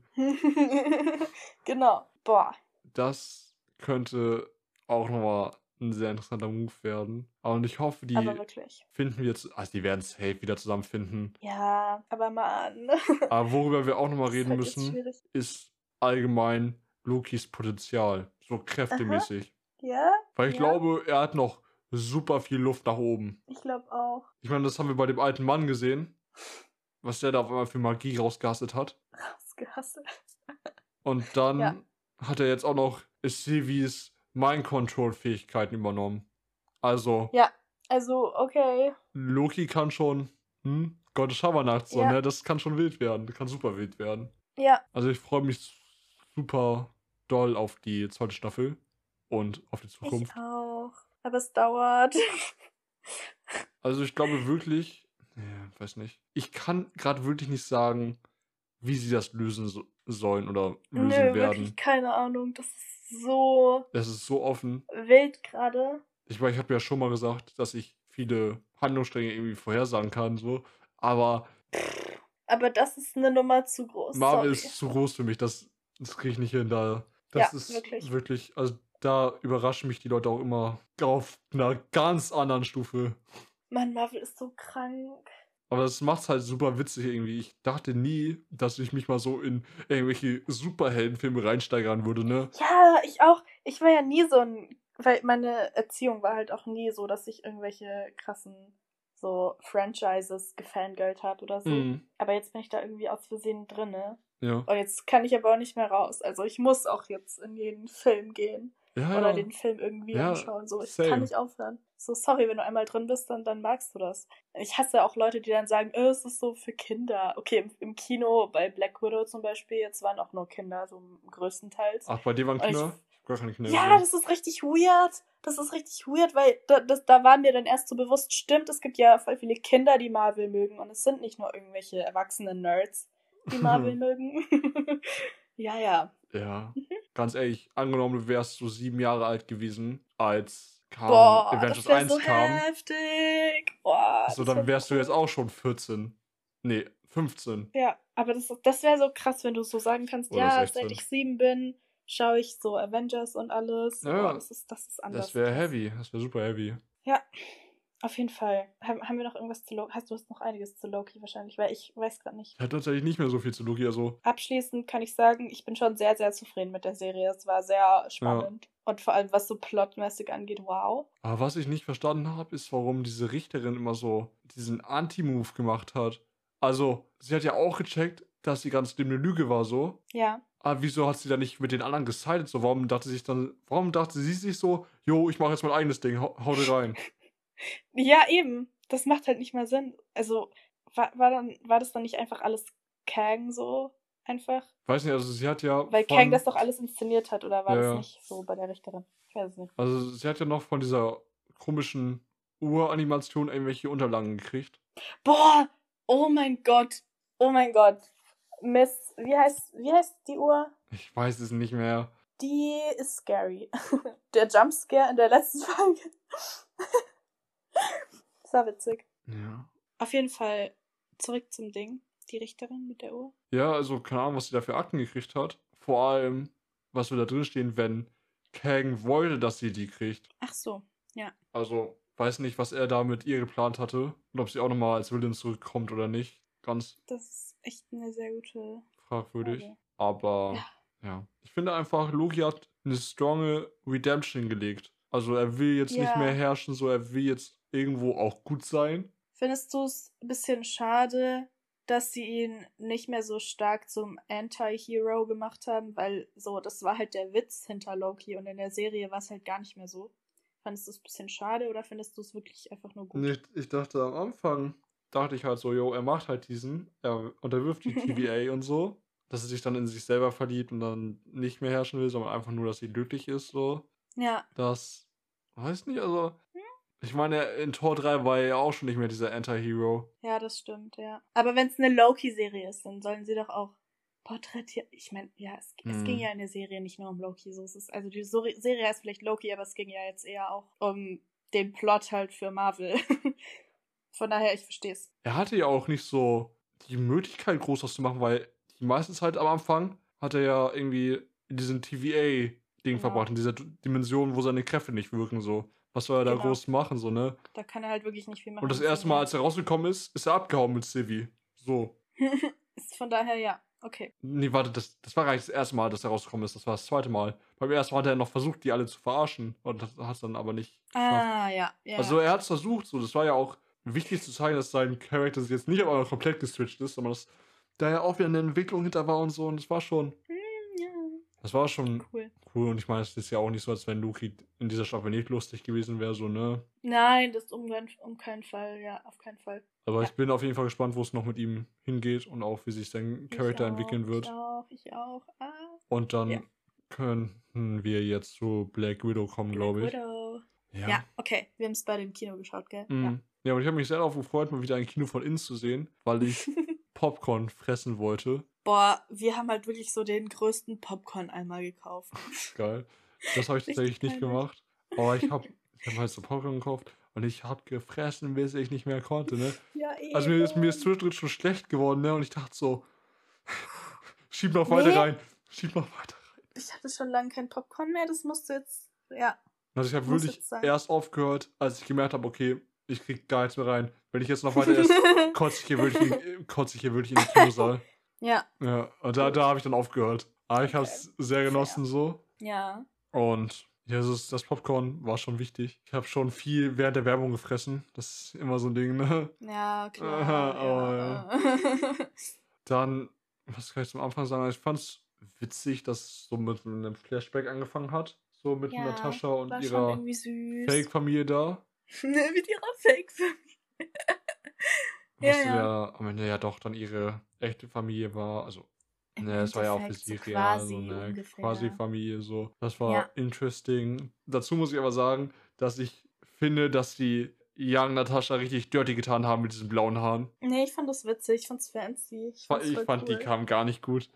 [SPEAKER 2] Genau. Boah.
[SPEAKER 1] Das könnte auch nochmal ein sehr interessanter Move werden. Und ich hoffe, die
[SPEAKER 2] Aber wirklich.
[SPEAKER 1] finden wir jetzt, also die werden safe wieder zusammenfinden.
[SPEAKER 2] Ja, aber Mann.
[SPEAKER 1] Aber worüber wir auch nochmal
[SPEAKER 2] Das ist
[SPEAKER 1] reden
[SPEAKER 2] halt jetzt
[SPEAKER 1] müssen,
[SPEAKER 2] schwierig.
[SPEAKER 1] ist allgemein Lokis Potenzial. So kräftemäßig.
[SPEAKER 2] Ja?
[SPEAKER 1] Weil ich
[SPEAKER 2] Ja?
[SPEAKER 1] glaube, er hat noch super viel Luft nach oben.
[SPEAKER 2] Ich glaube auch.
[SPEAKER 1] Ich meine, das haben wir bei dem alten Mann gesehen. Was der da auf einmal für Magie rausgehastet hat.
[SPEAKER 2] Rausgehasselt.
[SPEAKER 1] Und dann
[SPEAKER 2] Ja.
[SPEAKER 1] hat er jetzt auch noch Sylvies Mind-Control-Fähigkeiten übernommen. Also,
[SPEAKER 2] Ja, also, okay.
[SPEAKER 1] Loki kann schon, Gottes Schabernacht, so,
[SPEAKER 2] Ja.
[SPEAKER 1] ne? Das kann schon wild werden. Das kann super wild werden.
[SPEAKER 2] Ja.
[SPEAKER 1] Also, ich freue mich super doll auf die zweite Staffel und auf die Zukunft.
[SPEAKER 2] Ich auch. Aber es dauert.
[SPEAKER 1] Also, ich glaube wirklich, weiß nicht. Ich kann gerade wirklich nicht sagen, wie sie das lösen sollen oder lösen
[SPEAKER 2] Nö,
[SPEAKER 1] werden.
[SPEAKER 2] wirklich keine Ahnung. Das ist so
[SPEAKER 1] Es ist so offen.
[SPEAKER 2] wild gerade.
[SPEAKER 1] Ich meine, ich habe ja schon mal gesagt, dass ich viele Handlungsstränge irgendwie vorhersagen kann, so. Aber
[SPEAKER 2] Aber das ist eine Nummer zu groß.
[SPEAKER 1] Marvel
[SPEAKER 2] Sorry.
[SPEAKER 1] ist zu groß für mich. Das kriege ich nicht hin. Das
[SPEAKER 2] Ja,
[SPEAKER 1] ist
[SPEAKER 2] wirklich.
[SPEAKER 1] wirklich, also da überraschen mich die Leute auch immer auf einer ganz anderen Stufe.
[SPEAKER 2] Mann, Marvel ist so krank.
[SPEAKER 1] Aber das macht's halt super witzig irgendwie. Ich dachte nie, dass ich mich mal so in irgendwelche Superheldenfilme reinsteigern würde, ne?
[SPEAKER 2] Ja, ich auch. Ich war ja nie so ein. Weil meine Erziehung war halt auch nie so, dass ich irgendwelche krassen so Franchises gefangirlt hat oder so.
[SPEAKER 1] Mhm.
[SPEAKER 2] Aber jetzt bin ich da irgendwie aus Versehen drin, ne?
[SPEAKER 1] Ja.
[SPEAKER 2] Und jetzt kann ich aber auch nicht mehr raus. Also ich muss auch jetzt in jeden Film gehen.
[SPEAKER 1] Ja,
[SPEAKER 2] oder
[SPEAKER 1] ja.
[SPEAKER 2] den Film irgendwie
[SPEAKER 1] Ja,
[SPEAKER 2] anschauen. So, ich kann
[SPEAKER 1] same.
[SPEAKER 2] nicht aufhören. So, sorry, wenn du einmal drin bist, dann magst du das. Ich hasse auch Leute, die dann sagen, es ist so für Kinder. Okay, im Kino, bei Black Widow zum Beispiel, jetzt waren auch nur Kinder, so größtenteils.
[SPEAKER 1] Ach, bei dir waren
[SPEAKER 2] Und
[SPEAKER 1] Kinder? Ich hab gar keine Kinder
[SPEAKER 2] ja,
[SPEAKER 1] gesehen.
[SPEAKER 2] das ist richtig weird. Das ist richtig weird, weil da war mir dann erst so bewusst, stimmt, es gibt ja voll viele Kinder, die Marvel mögen. Und es sind nicht nur irgendwelche erwachsenen Nerds, die Marvel mögen. Ja, ja.
[SPEAKER 1] Ja, ganz ehrlich, angenommen, du wärst so 7 Jahre alt gewesen, als
[SPEAKER 2] Boah,
[SPEAKER 1] Avengers
[SPEAKER 2] das wäre
[SPEAKER 1] 1
[SPEAKER 2] so
[SPEAKER 1] kam.
[SPEAKER 2] heftig. Boah,
[SPEAKER 1] So,
[SPEAKER 2] das
[SPEAKER 1] dann
[SPEAKER 2] wäre
[SPEAKER 1] wärst du
[SPEAKER 2] cool.
[SPEAKER 1] jetzt auch schon 14. Nee, 15
[SPEAKER 2] Ja, aber das wäre so krass, wenn du so sagen kannst,
[SPEAKER 1] oder
[SPEAKER 2] ja, seit
[SPEAKER 1] 16.
[SPEAKER 2] ich 7 bin, schaue ich so Avengers und alles. Boah,
[SPEAKER 1] Ja,
[SPEAKER 2] das ist
[SPEAKER 1] das
[SPEAKER 2] anders
[SPEAKER 1] wäre
[SPEAKER 2] krass.
[SPEAKER 1] heavy. Das wäre super heavy.
[SPEAKER 2] Ja, auf jeden Fall. Haben wir noch irgendwas zu Loki? Du hast noch einiges zu Loki wahrscheinlich, weil ich weiß gerade nicht.
[SPEAKER 1] Ich hatte tatsächlich nicht mehr so viel zu Loki, also.
[SPEAKER 2] Abschließend kann ich sagen, ich bin schon sehr, sehr zufrieden mit der Serie. Es war sehr spannend. Und vor allem, was so plotmäßig angeht, wow.
[SPEAKER 1] Aber was ich nicht verstanden habe, ist, warum diese Richterin immer so diesen Anti-Move gemacht hat. Also, sie hat ja auch gecheckt, dass die ganz schlimm eine Lüge war, so.
[SPEAKER 2] Ja.
[SPEAKER 1] Aber wieso hat sie dann nicht mit den anderen gesidet? So, warum dachte sie sich so, jo, ich mache jetzt mein eigenes Ding, hau dir rein.
[SPEAKER 2] Ja, eben. Das macht halt nicht mal Sinn. Also, war das dann nicht einfach alles Kang so? Einfach?
[SPEAKER 1] Weiß nicht, also sie hat ja
[SPEAKER 2] Weil Kang das doch alles inszeniert hat, oder war
[SPEAKER 1] Ja,
[SPEAKER 2] das
[SPEAKER 1] ja.
[SPEAKER 2] nicht so bei der Richterin? Ich weiß es nicht.
[SPEAKER 1] Also sie hat ja noch von dieser komischen Uranimation irgendwelche Unterlagen gekriegt.
[SPEAKER 2] Boah! Oh mein Gott! Oh mein Gott! Miss, wie heißt die Uhr?
[SPEAKER 1] Ich weiß es nicht mehr.
[SPEAKER 2] Die ist scary. Der Jumpscare in der letzten Folge. Das war witzig.
[SPEAKER 1] Ja.
[SPEAKER 2] Auf jeden Fall zurück zum Ding. Die Richterin mit der Uhr.
[SPEAKER 1] Ja, also keine Ahnung, was sie da für Akten gekriegt hat. Vor allem, was wir da drin stehen, wenn Kang wollte, dass sie die kriegt.
[SPEAKER 2] Ach so, ja.
[SPEAKER 1] Also, weiß nicht, was er da mit ihr geplant hatte. Und ob sie auch nochmal als Villain zurückkommt oder nicht. Ganz
[SPEAKER 2] Das ist echt eine sehr gute
[SPEAKER 1] fragwürdig.
[SPEAKER 2] Frage.
[SPEAKER 1] Aber, ja. Ich finde einfach, Loki hat eine stronge Redemption hingelegt. Also, er will jetzt nicht mehr
[SPEAKER 2] Ja.
[SPEAKER 1] herrschen, so er will jetzt irgendwo auch gut sein.
[SPEAKER 2] Findest du es ein bisschen schade, dass sie ihn nicht mehr so stark zum Anti-Hero gemacht haben? Weil so, das war halt der Witz hinter Loki und in der Serie war es halt gar nicht mehr so. Fandest du es ein bisschen schade oder findest du es wirklich einfach nur gut?
[SPEAKER 1] Nee, ich dachte am Anfang, dachte ich halt so, jo, er macht halt diesen, er unterwirft die TVA und so, dass er sich dann in sich selber verliebt und dann nicht mehr herrschen will, sondern einfach nur, dass sie glücklich ist, so.
[SPEAKER 2] Ja.
[SPEAKER 1] Das, weiß nicht, also, ich meine, in Tor 3 war er ja auch schon nicht mehr dieser Anti-Hero.
[SPEAKER 2] Ja, das stimmt, ja. Aber wenn es eine Loki-Serie ist, dann sollen sie doch auch porträtieren. Ich meine, ja, es ging ja in der Serie nicht nur um Loki. So, es ist, also die Serie heißt vielleicht Loki, aber es ging ja jetzt eher auch um den Plot halt für Marvel. Von daher, ich verstehe es.
[SPEAKER 1] Er hatte ja auch nicht so die Möglichkeit, groß was zu machen, weil die meiste Zeit am Anfang hat er ja irgendwie in diesem TVA-Ding
[SPEAKER 2] Genau.
[SPEAKER 1] verbracht, in dieser Dimension, wo seine Kräfte nicht wirken, so. Was soll er da
[SPEAKER 2] Genau.
[SPEAKER 1] groß machen, so, ne?
[SPEAKER 2] Da kann er halt wirklich nicht viel machen.
[SPEAKER 1] Und das erste Mal, als er rausgekommen ist, ist er abgehauen mit Sylvie. So.
[SPEAKER 2] Ist von daher, ja, okay.
[SPEAKER 1] Nee, warte, das war gar nicht das erste Mal, dass er rausgekommen ist. Das war das zweite Mal. Beim ersten Mal hat er noch versucht, die alle zu verarschen. Und das hat es dann aber nicht geschafft.
[SPEAKER 2] Ah, ja.
[SPEAKER 1] Also er hat es versucht, so. Das war ja auch wichtig zu zeigen, dass sein Charakter jetzt nicht auf einmal komplett geswitcht ist, sondern dass da ja auch wieder eine Entwicklung hinter war und so. Und das war schon.
[SPEAKER 2] Ja.
[SPEAKER 1] Das war schon
[SPEAKER 2] Cool.
[SPEAKER 1] Und ich meine, es ist ja auch nicht so, als wenn Loki in dieser Staffel nicht lustig gewesen wäre, so, ne?
[SPEAKER 2] Nein, das um keinen Fall, ja, auf keinen Fall.
[SPEAKER 1] Aber
[SPEAKER 2] Ja.
[SPEAKER 1] ich bin auf jeden Fall gespannt, wo es noch mit ihm hingeht und auch, wie sich sein Charakter entwickeln wird.
[SPEAKER 2] Ich auch. Ah.
[SPEAKER 1] Und dann könnten wir jetzt zu Black Widow kommen, glaube ich.
[SPEAKER 2] Widow. Ja, okay. Wir haben es beide im Kino geschaut, gell?
[SPEAKER 1] Ja, und ich habe mich sehr darauf gefreut, mal wieder ein Kino von innen zu sehen, weil ich Popcorn fressen wollte.
[SPEAKER 2] Boah, wir haben halt wirklich so den größten Popcorn-Eimer gekauft.
[SPEAKER 1] Geil. Das habe ich tatsächlich nicht gemacht. Aber ich habe halt so Popcorn gekauft und ich habe gefressen, bis ich nicht mehr konnte, ne?
[SPEAKER 2] Ja, eben.
[SPEAKER 1] Also mir ist zwischendrin schon schlecht geworden, ne? Und ich dachte so, schieb noch weiter rein. Schieb noch weiter rein.
[SPEAKER 2] Ich hatte schon lange kein Popcorn mehr, das musste jetzt, ja.
[SPEAKER 1] Also ich habe wirklich erst aufgehört, als ich gemerkt habe, okay, ich krieg gar nichts mehr rein. Wenn ich jetzt noch weiter esse, kotze ich hier wirklich in den Kinosaal.
[SPEAKER 2] Ja.
[SPEAKER 1] Ja, und da habe ich dann aufgehört. Aber ich habe es sehr genossen so.
[SPEAKER 2] Ja.
[SPEAKER 1] Und ja, das Popcorn war schon wichtig. Ich habe schon viel während der Werbung gefressen. Das ist immer so ein Ding, ne?
[SPEAKER 2] Ja, klar.
[SPEAKER 1] Dann, was kann ich zum Anfang sagen? Ich fand's witzig, dass es so mit einem Flashback angefangen hat. So mit
[SPEAKER 2] Ja,
[SPEAKER 1] Natascha und
[SPEAKER 2] war schon
[SPEAKER 1] ihrer
[SPEAKER 2] irgendwie süß.
[SPEAKER 1] Fake-Familie da.
[SPEAKER 2] Mit ihrer Fake-Familie.
[SPEAKER 1] Was
[SPEAKER 2] Ja,
[SPEAKER 1] dann
[SPEAKER 2] ja.
[SPEAKER 1] ja am Ende ja doch dann ihre echte Familie war. Also,
[SPEAKER 2] Im
[SPEAKER 1] ne, es war ja auch für
[SPEAKER 2] Endeffekt so
[SPEAKER 1] sie real, so
[SPEAKER 2] quasi
[SPEAKER 1] eine
[SPEAKER 2] ungefähr.
[SPEAKER 1] Quasi-Familie, so. Das
[SPEAKER 2] Ja.
[SPEAKER 1] war interesting. Dazu muss ich aber sagen, dass ich finde, dass die Young Natascha richtig dirty getan haben mit diesen blauen Haaren.
[SPEAKER 2] Nee, ich fand das witzig, ich fand's fancy, ich fand's
[SPEAKER 1] Ich
[SPEAKER 2] voll
[SPEAKER 1] fand, die
[SPEAKER 2] cool.
[SPEAKER 1] kamen gar nicht gut.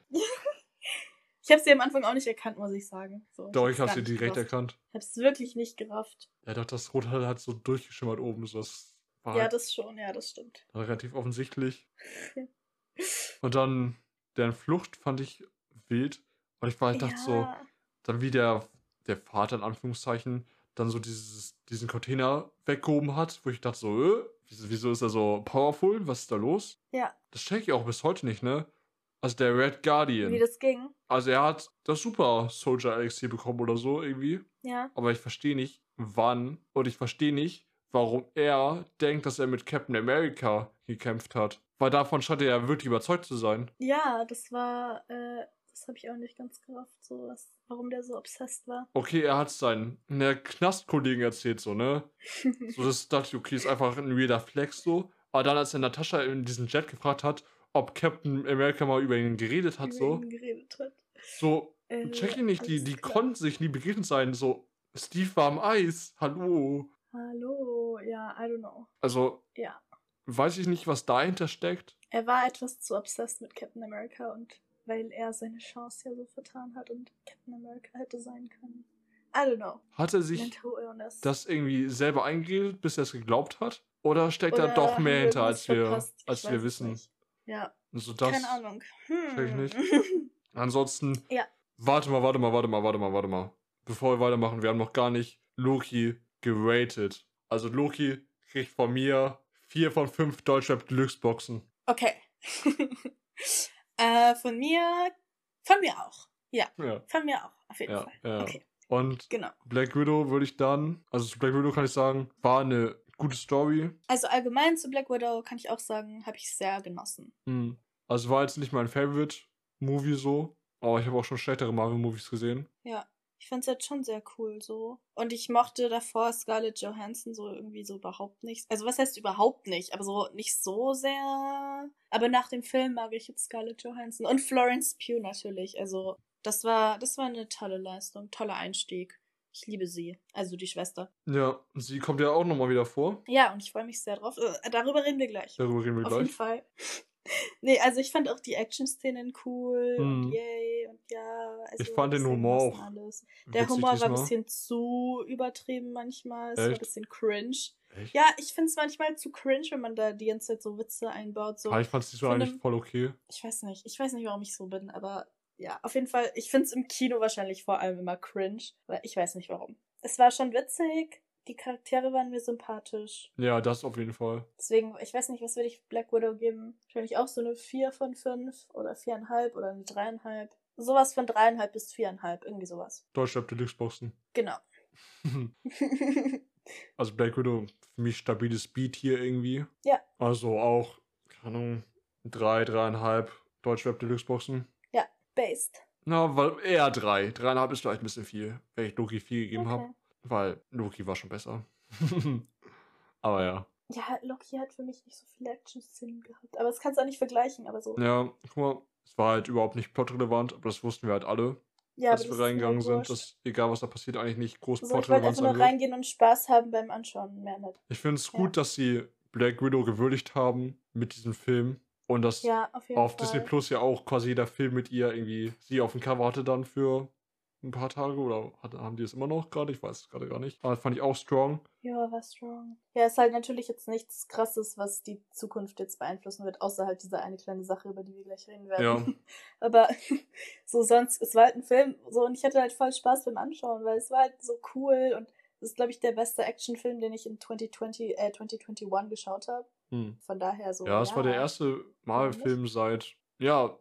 [SPEAKER 2] Ich habe sie am Anfang auch nicht erkannt, muss ich sagen. So,
[SPEAKER 1] Doch, ich
[SPEAKER 2] hab's
[SPEAKER 1] habe
[SPEAKER 2] gar
[SPEAKER 1] sie
[SPEAKER 2] nicht
[SPEAKER 1] direkt
[SPEAKER 2] gerafft.
[SPEAKER 1] erkannt.
[SPEAKER 2] Ich hab's wirklich nicht gerafft.
[SPEAKER 1] Ja, doch, das Rot hat so durchgeschimmert oben. So, das war
[SPEAKER 2] Ja,
[SPEAKER 1] halt
[SPEAKER 2] das schon, ja, das stimmt.
[SPEAKER 1] relativ offensichtlich. Und dann deren Flucht fand ich wild. Und ich war halt dachte so,
[SPEAKER 2] Ja,
[SPEAKER 1] dann wie der Vater in Anführungszeichen dann so diesen Container weggehoben hat, wo ich dachte so, wieso ist er so powerful? Was ist da los?
[SPEAKER 2] ja,
[SPEAKER 1] Das check ich auch bis heute nicht, ne? Also der Red
[SPEAKER 2] wie
[SPEAKER 1] Guardian.
[SPEAKER 2] das ging.
[SPEAKER 1] Also er hat das Super Soldier Elixier bekommen oder so irgendwie.
[SPEAKER 2] Ja,
[SPEAKER 1] Aber ich verstehe nicht, wann. Und ich verstehe nicht, warum er denkt, dass er mit Captain America gekämpft hat. Weil davon scheint er ja wirklich überzeugt zu sein.
[SPEAKER 2] ja, das war, das habe ich auch nicht ganz gerafft, so warum der so obsessed war.
[SPEAKER 1] Okay, er hat seinen Knastkollegen erzählt, so, ne? So, das dachte ich, okay, ist einfach ein weirder Flex, so. Aber dann, als er Natascha in diesem Jet gefragt hat, ob Captain America mal über ihn geredet hat,
[SPEAKER 2] Über
[SPEAKER 1] so.
[SPEAKER 2] ihn geredet hat.
[SPEAKER 1] So, check ihn nicht,
[SPEAKER 2] alles
[SPEAKER 1] die
[SPEAKER 2] klar.
[SPEAKER 1] konnten sich nie begegnet sein, so. Steve war am Eis, hallo.
[SPEAKER 2] Hallo, ja, I don't know.
[SPEAKER 1] Also,
[SPEAKER 2] Ja.
[SPEAKER 1] weiß ich nicht, was dahinter steckt.
[SPEAKER 2] Er war etwas zu obsessed mit Captain America und weil er seine Chance ja so vertan hat und Captain America hätte sein können. I don't know.
[SPEAKER 1] Hat er sich
[SPEAKER 2] Mental illness.
[SPEAKER 1] das irgendwie selber eingeredet, bis er es geglaubt hat? Oder steckt da
[SPEAKER 2] Oder
[SPEAKER 1] doch
[SPEAKER 2] haben
[SPEAKER 1] mehr
[SPEAKER 2] wir
[SPEAKER 1] hinter,
[SPEAKER 2] irgendwas verpasst? Ich
[SPEAKER 1] als
[SPEAKER 2] weiß
[SPEAKER 1] wir
[SPEAKER 2] es
[SPEAKER 1] wissen?
[SPEAKER 2] nicht. Ja,
[SPEAKER 1] Also das
[SPEAKER 2] keine Ahnung.
[SPEAKER 1] check ich nicht. Ansonsten,
[SPEAKER 2] Ja.
[SPEAKER 1] warte mal. Bevor wir weitermachen, wir haben noch gar nicht Loki geratet. Also Loki kriegt von mir 4 von 5 Deutschrap Deluxe Boxen.
[SPEAKER 2] Okay. Von mir auch. Ja,
[SPEAKER 1] Ja,
[SPEAKER 2] von mir auch, auf jeden
[SPEAKER 1] ja,
[SPEAKER 2] Fall.
[SPEAKER 1] ja.
[SPEAKER 2] Okay,
[SPEAKER 1] Und
[SPEAKER 2] genau.
[SPEAKER 1] Black Widow würde ich dann, also zu Black Widow kann ich sagen, war eine gute Story.
[SPEAKER 2] Also allgemein zu Black Widow kann ich auch sagen, habe ich sehr genossen.
[SPEAKER 1] Also war jetzt nicht mein Favorite-Movie so, aber ich habe auch schon schlechtere Marvel-Movies gesehen.
[SPEAKER 2] Ja, ich fand es jetzt schon sehr cool so. Und ich mochte davor Scarlett Johansson so irgendwie so überhaupt nicht. Also was heißt überhaupt nicht, aber so nicht so sehr. Aber nach dem Film mag ich jetzt Scarlett Johansson. Und Florence Pugh natürlich. Also das war eine tolle Leistung, toller Einstieg. Ich liebe sie, also die Schwester.
[SPEAKER 1] Ja, sie kommt ja auch nochmal wieder vor.
[SPEAKER 2] Ja, und ich freue mich sehr drauf. Darüber reden wir gleich.
[SPEAKER 1] Darüber reden wir
[SPEAKER 2] Auf
[SPEAKER 1] gleich.
[SPEAKER 2] jeden Fall. Nee, also ich fand auch die Action-Szenen cool und
[SPEAKER 1] Mhm.
[SPEAKER 2] yay und ja. Also
[SPEAKER 1] Ich fand den
[SPEAKER 2] sehr
[SPEAKER 1] Humor
[SPEAKER 2] genossen
[SPEAKER 1] auch
[SPEAKER 2] alles. Der
[SPEAKER 1] witzig
[SPEAKER 2] Humor war ein
[SPEAKER 1] diesmal.
[SPEAKER 2] bisschen zu übertrieben manchmal. Es war ein
[SPEAKER 1] Echt?
[SPEAKER 2] bisschen cringe.
[SPEAKER 1] Echt?
[SPEAKER 2] Ja, ich finde es manchmal zu cringe, wenn man da die ganze Zeit so Witze einbaut. So.
[SPEAKER 1] Aber ich fand es diesmal
[SPEAKER 2] von
[SPEAKER 1] eigentlich
[SPEAKER 2] einem-
[SPEAKER 1] voll okay.
[SPEAKER 2] Ich weiß nicht. Ich weiß nicht, warum ich so bin, aber ja, auf jeden Fall. Ich finde es im Kino wahrscheinlich vor allem immer cringe, weil ich weiß nicht warum. Es war schon witzig. Die Charaktere waren mir sympathisch.
[SPEAKER 1] Ja, das auf jeden Fall.
[SPEAKER 2] Deswegen, ich weiß nicht, was würde ich Black Widow geben? Wahrscheinlich auch so eine 4 von 5 oder 4,5 oder eine 3,5. Sowas von 3,5 bis 4,5, irgendwie sowas.
[SPEAKER 1] Deutschrap Deluxe Boxen.
[SPEAKER 2] Genau.
[SPEAKER 1] Also Black Widow, für mich stabiles Beat hier irgendwie.
[SPEAKER 2] Ja.
[SPEAKER 1] Also auch, keine Ahnung, 3,5 Deutschrap Deluxe Boxen.
[SPEAKER 2] Ja, based.
[SPEAKER 1] Na, weil eher 3. 3,5 ist vielleicht ein bisschen viel, wenn ich Loki 4 gegeben
[SPEAKER 2] Okay.
[SPEAKER 1] habe. Weil Loki war schon besser. Aber ja.
[SPEAKER 2] Ja, Loki hat für mich nicht so viele Action-Szenen gehabt. Aber das kannst du auch nicht vergleichen, aber so.
[SPEAKER 1] Ja, guck mal, es war halt überhaupt nicht plotrelevant, aber das wussten wir halt alle,
[SPEAKER 2] Ja,
[SPEAKER 1] als
[SPEAKER 2] aber
[SPEAKER 1] wir
[SPEAKER 2] das ist mir
[SPEAKER 1] reingegangen
[SPEAKER 2] halt
[SPEAKER 1] sind,
[SPEAKER 2] wurscht.
[SPEAKER 1] dass egal was da passiert, eigentlich nicht groß
[SPEAKER 2] So, ich wollte
[SPEAKER 1] plotrelevant
[SPEAKER 2] einfach
[SPEAKER 1] sein
[SPEAKER 2] nur
[SPEAKER 1] wird.
[SPEAKER 2] reingehen und Spaß haben beim Anschauen, mehr nicht.
[SPEAKER 1] Ich finde es
[SPEAKER 2] Ja.
[SPEAKER 1] gut, dass sie Black Widow gewürdigt haben mit diesem Film und dass
[SPEAKER 2] Ja, auf jeden
[SPEAKER 1] auf
[SPEAKER 2] Fall.
[SPEAKER 1] Disney Plus ja auch quasi jeder Film mit ihr irgendwie sie auf dem Cover hatte dann für ein paar Tage oder haben die es immer noch gerade? Ich weiß es gerade gar nicht. Aber das fand ich auch strong.
[SPEAKER 2] Ja, war strong. Ja, ist halt natürlich jetzt nichts Krasses, was die Zukunft jetzt beeinflussen wird, außer halt diese eine kleine Sache, über die wir gleich reden werden.
[SPEAKER 1] Ja.
[SPEAKER 2] Aber so sonst, es war halt ein Film, so, und ich hatte halt voll Spaß beim Anschauen, weil es war halt so cool und das ist, glaube ich, der beste Actionfilm, den ich in 2021 geschaut habe. Von daher so.
[SPEAKER 1] Ja, es war der erste Marvel-Film seit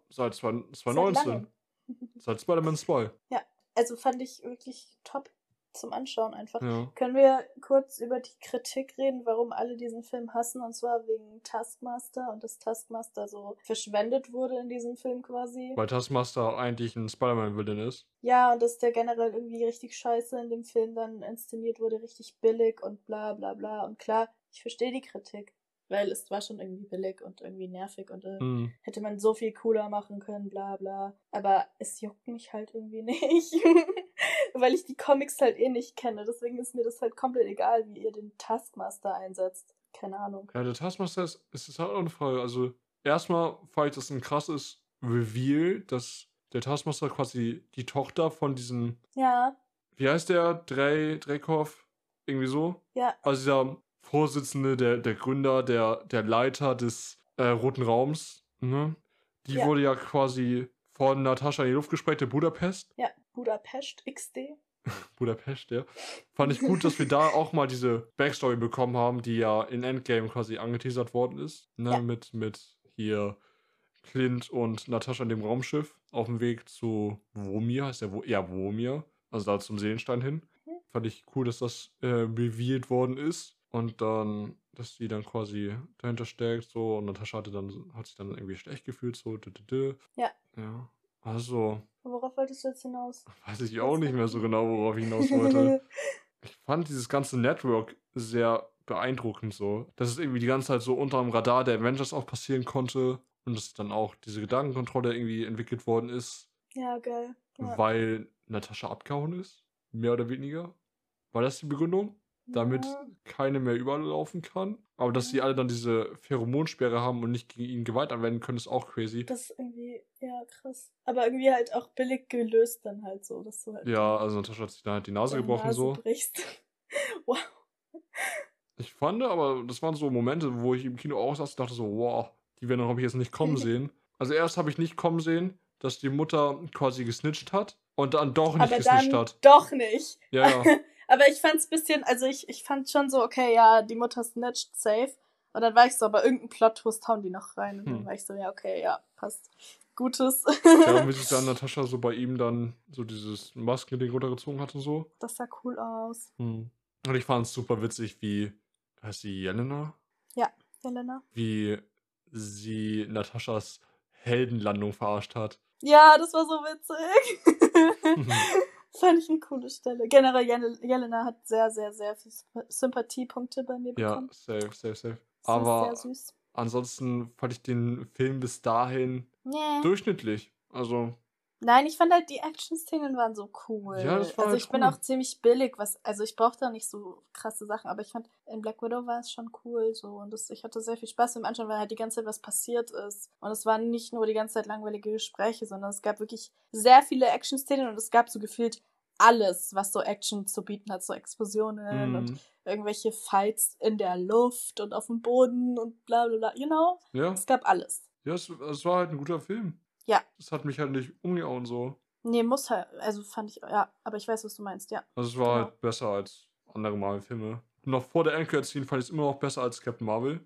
[SPEAKER 1] 2019.
[SPEAKER 2] langem.
[SPEAKER 1] Seit Spider-Man 2.
[SPEAKER 2] Also fand ich wirklich top. zum Anschauen einfach.
[SPEAKER 1] Ja.
[SPEAKER 2] Können wir kurz über die Kritik reden, warum alle diesen Film hassen, und zwar wegen Taskmaster und dass Taskmaster so verschwendet wurde in diesem Film quasi.
[SPEAKER 1] Weil Taskmaster eigentlich ein Spider-Man-Villain ist.
[SPEAKER 2] Ja, und dass der generell irgendwie richtig scheiße in dem Film dann inszeniert wurde, richtig billig und bla bla bla. Und klar, ich verstehe die Kritik, weil es war schon irgendwie billig und irgendwie nervig und hätte man so viel cooler machen können, bla bla. Aber es juckt mich halt irgendwie nicht, weil ich die Comics halt eh nicht kenne. Deswegen ist mir das halt komplett egal, wie ihr den Taskmaster einsetzt. Keine Ahnung.
[SPEAKER 1] Ja, der Taskmaster ist halt auch eine Frage. Also, erstmal fand ich das ein krasses Reveal, dass der Taskmaster quasi die Tochter von diesem,
[SPEAKER 2] Ja,
[SPEAKER 1] wie heißt der? Dreykov? Irgendwie so?
[SPEAKER 2] ja,
[SPEAKER 1] Also dieser Vorsitzende, der Gründer, der Leiter des Roten Raums, ne? Die
[SPEAKER 2] Ja.
[SPEAKER 1] wurde ja quasi von Natascha in die Luft gesprengt, der Budapest.
[SPEAKER 2] ja. Budapest XD.
[SPEAKER 1] Budapest, ja. Fand ich gut, dass wir da auch mal diese Backstory bekommen haben, die ja in Endgame quasi angeteasert worden ist. Ne?
[SPEAKER 2] Ja.
[SPEAKER 1] Mit hier Clint und Natascha in dem Raumschiff auf dem Weg zu Vormir, heißt der Vormir, also da zum Seelenstein hin. Fand ich cool, dass das revealed worden ist. Und dann, dass sie dann quasi dahinter steckt, so, und Natascha hat sich dann irgendwie schlecht gefühlt, so.
[SPEAKER 2] Ja.
[SPEAKER 1] Ja. Also,
[SPEAKER 2] Worauf wolltest du jetzt hinaus?
[SPEAKER 1] weiß ich auch nicht mehr so genau, worauf ich hinaus wollte. Ich fand dieses ganze Network sehr beeindruckend so. Dass es irgendwie die ganze Zeit so unter dem Radar der Avengers auch passieren konnte. Und dass dann auch diese Gedankenkontrolle irgendwie entwickelt worden ist.
[SPEAKER 2] Ja, geil. Ja.
[SPEAKER 1] Weil Natascha abgehauen ist. Mehr oder weniger. War das die Begründung? Damit
[SPEAKER 2] Ja.
[SPEAKER 1] keine mehr überall laufen kann. Aber dass sie alle dann diese Pheromonsperre haben und nicht gegen ihn Gewalt anwenden können, ist auch crazy.
[SPEAKER 2] Das ist irgendwie, ja, krass. Aber irgendwie halt auch billig gelöst dann halt so, dass du halt
[SPEAKER 1] Ja, also Natascha hat sich dann halt die Nase
[SPEAKER 2] deine
[SPEAKER 1] gebrochen
[SPEAKER 2] Nase
[SPEAKER 1] so.
[SPEAKER 2] brichst. Wow.
[SPEAKER 1] Ich fand aber, das waren so Momente, wo ich im Kino auch saß und dachte so, wow, die Wendung habe ich jetzt nicht kommen sehen. Also erst habe ich nicht kommen sehen, dass die Mutter quasi gesnitcht hat und dann doch nicht
[SPEAKER 2] Aber
[SPEAKER 1] gesnitcht
[SPEAKER 2] dann
[SPEAKER 1] hat.
[SPEAKER 2] doch nicht.
[SPEAKER 1] Ja, ja.
[SPEAKER 2] Aber ich fand's bisschen, also ich fand schon so, okay, ja, die Mutter snitcht safe. Und dann war ich so, aber irgendein Plot-Twist hauen die noch rein. Und dann war ich so, ja, okay, ja, passt. Gutes.
[SPEAKER 1] Ja, und wie sich dann Natascha so bei ihm dann so dieses Maskending runtergezogen hat und so.
[SPEAKER 2] Das sah cool aus.
[SPEAKER 1] Und ich fand es super witzig, wie, heißt sie Jelena?
[SPEAKER 2] Ja, Helena.
[SPEAKER 1] Wie sie Nataschas Heldenlandung verarscht hat.
[SPEAKER 2] Ja, das war so witzig. Fand ich eine coole Stelle. Generell, Jelena hat sehr, sehr, sehr viel Sympathiepunkte bei mir
[SPEAKER 1] Ja,
[SPEAKER 2] bekommen.
[SPEAKER 1] safe.
[SPEAKER 2] Sie ist
[SPEAKER 1] Aber
[SPEAKER 2] sehr süß.
[SPEAKER 1] ansonsten fand ich den Film bis dahin
[SPEAKER 2] Nee.
[SPEAKER 1] durchschnittlich. Also,
[SPEAKER 2] Nein, ich fand halt, die Action-Szenen waren so cool.
[SPEAKER 1] Ja, das war
[SPEAKER 2] also
[SPEAKER 1] halt
[SPEAKER 2] ich bin
[SPEAKER 1] cool.
[SPEAKER 2] auch ziemlich billig, also ich brauchte da nicht so krasse Sachen, aber ich fand, in Black Widow war es schon cool so und ich hatte sehr viel Spaß beim Anschauen, weil halt die ganze Zeit was passiert ist. Und es waren nicht nur die ganze Zeit langweilige Gespräche, sondern es gab wirklich sehr viele Action-Szenen und es gab so gefühlt alles, was so Action zu bieten hat, so Explosionen und irgendwelche Fights in der Luft und auf dem Boden und bla bla bla, you know?
[SPEAKER 1] ja.
[SPEAKER 2] Es gab alles.
[SPEAKER 1] Ja, es war halt ein guter Film.
[SPEAKER 2] Ja.
[SPEAKER 1] Es hat mich halt nicht umgehauen so.
[SPEAKER 2] Nee, muss halt, also fand ich, ja, aber ich weiß, was du meinst, ja.
[SPEAKER 1] Also es war
[SPEAKER 2] Genau.
[SPEAKER 1] halt besser als andere Marvel-Filme. Noch vor der Endcredit-Scene fand ich es immer noch besser als Captain Marvel.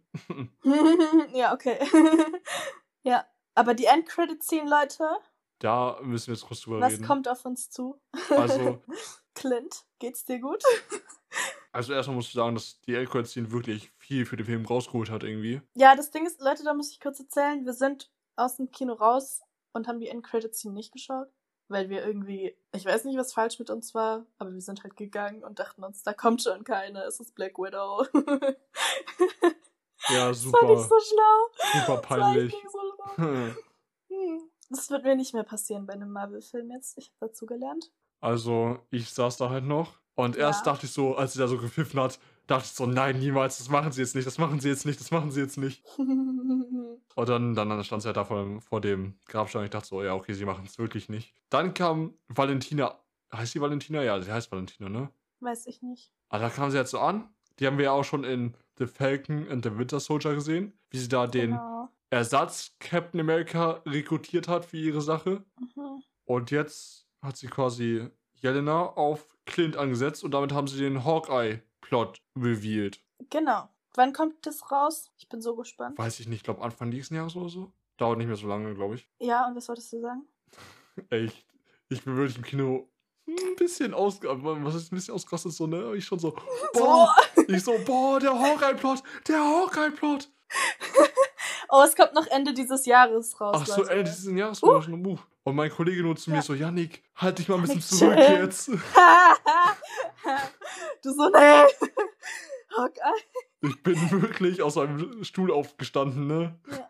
[SPEAKER 2] Ja, okay. Ja, aber die Endcredit-Scene, Leute,
[SPEAKER 1] Da müssen wir jetzt kurz drüber
[SPEAKER 2] was
[SPEAKER 1] reden.
[SPEAKER 2] kommt auf uns zu?
[SPEAKER 1] Also,
[SPEAKER 2] Clint, geht's dir gut?
[SPEAKER 1] also erstmal muss ich sagen, dass die Endcredit-Scene wirklich viel für den Film rausgeholt hat irgendwie.
[SPEAKER 2] Ja, das Ding ist, Leute, da muss ich kurz erzählen, wir sind aus dem Kino raus und haben die Endcredit-Scene nicht geschaut, weil wir irgendwie, ich weiß nicht, was falsch mit uns war, aber wir sind halt gegangen und dachten uns, da kommt schon keine, es ist Black Widow.
[SPEAKER 1] Ja,
[SPEAKER 2] Das war nicht so schlau.
[SPEAKER 1] Super
[SPEAKER 2] Das war
[SPEAKER 1] peinlich.
[SPEAKER 2] echt nicht so schlau. Das wird mir nicht mehr passieren bei einem Marvel-Film jetzt. Ich habe dazu gelernt.
[SPEAKER 1] Also, ich saß da halt noch und erst
[SPEAKER 2] Ja.
[SPEAKER 1] dachte ich so, als sie da so gepfiffen hat, dachte ich so, nein, niemals, das machen sie jetzt nicht, das machen sie jetzt nicht, das machen sie jetzt nicht. Und dann stand sie halt da vor dem Grabstein und ich dachte so, ja, okay, sie machen es wirklich nicht. Dann kam Valentina, heißt sie Valentina? Ja, sie heißt Valentina, ne?
[SPEAKER 2] Weiß ich nicht.
[SPEAKER 1] Also da kam sie jetzt so an, die haben wir ja auch schon in The Falcon and the Winter Soldier gesehen, wie sie da den
[SPEAKER 2] Genau.
[SPEAKER 1] Ersatz Captain America rekrutiert hat für ihre Sache.
[SPEAKER 2] Mhm.
[SPEAKER 1] Und jetzt hat sie quasi Jelena auf Clint angesetzt und damit haben sie den Hawkeye-Plot revealed.
[SPEAKER 2] Genau. Wann kommt das raus? Ich bin so gespannt.
[SPEAKER 1] Weiß ich nicht, glaube Anfang nächsten Jahres oder so. Dauert nicht mehr so lange, glaube ich.
[SPEAKER 2] Ja, und was wolltest du sagen?
[SPEAKER 1] Echt. Ich bin wirklich im Kino ein bisschen was ist ein bisschen ausgerastet, so, ne? Ich schon so,
[SPEAKER 2] So.
[SPEAKER 1] boah, der Hawkeye-Plot.
[SPEAKER 2] Oh, es kommt noch Ende dieses Jahres raus,
[SPEAKER 1] Ach so,
[SPEAKER 2] Leute.
[SPEAKER 1] Ende dieses Jahres sogar schon im Buch. Und mein Kollege nur zu mir
[SPEAKER 2] Ja.
[SPEAKER 1] so, Yannick, halt dich mal ein bisschen
[SPEAKER 2] Yannick,
[SPEAKER 1] zurück
[SPEAKER 2] chill.
[SPEAKER 1] jetzt.
[SPEAKER 2] Du so, nee. Hawkeye.
[SPEAKER 1] Ich bin wirklich aus einem Stuhl aufgestanden, ne?
[SPEAKER 2] Ja.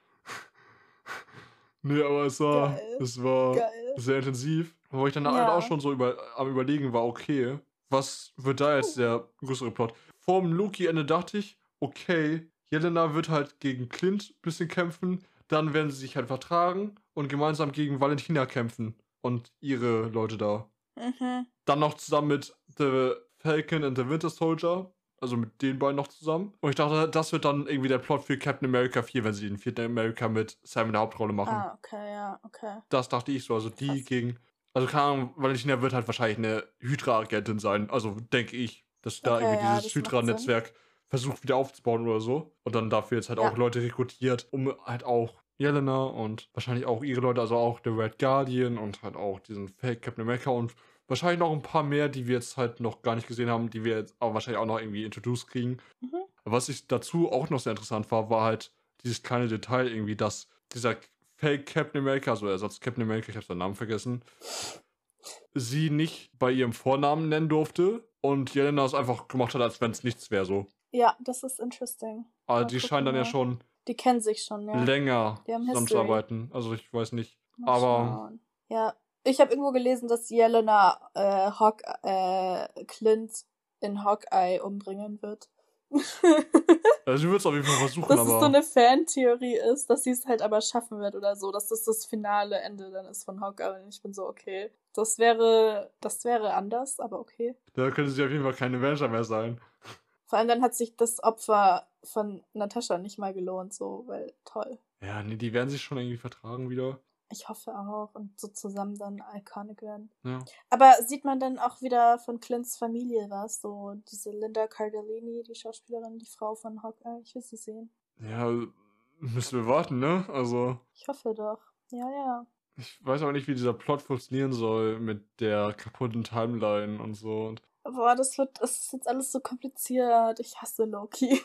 [SPEAKER 1] Nee, aber es war
[SPEAKER 2] Geil.
[SPEAKER 1] sehr intensiv. Wo ich dann halt
[SPEAKER 2] Ja.
[SPEAKER 1] auch schon so am Überlegen war, okay, was wird da jetzt der größere Plot? Vor dem Loki-Ende dachte ich, okay, Jelena wird halt gegen Clint ein bisschen kämpfen, dann werden sie sich halt vertragen und gemeinsam gegen Valentina kämpfen und ihre Leute da.
[SPEAKER 2] Mhm.
[SPEAKER 1] Dann noch zusammen mit The Falcon and the Winter Soldier, also mit den beiden noch zusammen. Und ich dachte, das wird dann irgendwie der Plot für Captain America 4, wenn sie den 4. America mit Sam in der Hauptrolle machen.
[SPEAKER 2] Ah, okay, ja, okay.
[SPEAKER 1] Das dachte ich so, also die
[SPEAKER 2] Krass.
[SPEAKER 1] gegen, also keine Ahnung, Valentina wird halt wahrscheinlich eine Hydra-Agentin sein, also denke ich, dass da
[SPEAKER 2] Okay,
[SPEAKER 1] irgendwie
[SPEAKER 2] ja,
[SPEAKER 1] dieses
[SPEAKER 2] das macht
[SPEAKER 1] Hydra-Netzwerk versucht wieder aufzubauen oder so und dann dafür jetzt halt
[SPEAKER 2] Ja.
[SPEAKER 1] auch Leute rekrutiert, um halt auch Jelena und wahrscheinlich auch ihre Leute, also auch der Red Guardian und halt auch diesen Fake Captain America und wahrscheinlich noch ein paar mehr, die wir jetzt halt noch gar nicht gesehen haben, die wir jetzt aber wahrscheinlich auch noch irgendwie introduced kriegen.
[SPEAKER 2] Mhm.
[SPEAKER 1] Was ich dazu auch noch sehr interessant war halt dieses kleine Detail irgendwie, dass dieser Fake Captain America, also Ersatz Captain America, ich habe seinen Namen vergessen, sie nicht bei ihrem Vornamen nennen durfte und Jelena es einfach gemacht hat, als wenn es nichts wäre so.
[SPEAKER 2] Ja, das ist interesting.
[SPEAKER 1] Aber
[SPEAKER 2] Mal
[SPEAKER 1] die
[SPEAKER 2] gucken,
[SPEAKER 1] scheinen dann ja
[SPEAKER 2] ja.
[SPEAKER 1] schon
[SPEAKER 2] Die kennen sich schon, ja.
[SPEAKER 1] länger
[SPEAKER 2] Die haben
[SPEAKER 1] zusammenzuarbeiten. Also ich weiß nicht.
[SPEAKER 2] Mal
[SPEAKER 1] Aber
[SPEAKER 2] schauen. Ja, ich habe irgendwo gelesen, dass Jelena Clint in Hawkeye umbringen wird.
[SPEAKER 1] also sie wird es auf jeden Fall versuchen,
[SPEAKER 2] dass
[SPEAKER 1] aber
[SPEAKER 2] es so eine Fantheorie ist, dass sie es halt aber schaffen wird oder so, dass das finale Ende dann ist von Hawkeye. Und ich bin so, okay, das wäre anders, aber okay.
[SPEAKER 1] da könnte sie auf jeden Fall keine Avenger mehr sein.
[SPEAKER 2] Vor allem dann hat sich das Opfer von Natascha nicht mal gelohnt, so, weil toll.
[SPEAKER 1] Ja, nee, die werden sich schon irgendwie vertragen wieder.
[SPEAKER 2] Ich hoffe auch und so zusammen dann iconic werden.
[SPEAKER 1] Ja.
[SPEAKER 2] Aber sieht man dann auch wieder von Clints Familie was? So diese Linda Cardellini, die Schauspielerin, die Frau von Hawkeye. Ich will sie sehen.
[SPEAKER 1] Ja, müssen wir warten, ne? Also
[SPEAKER 2] Ich hoffe doch. Ja, ja.
[SPEAKER 1] ich weiß aber nicht, wie dieser Plot funktionieren soll mit der kaputten Timeline und so. Und
[SPEAKER 2] Boah, das ist jetzt alles so kompliziert. Ich hasse Loki.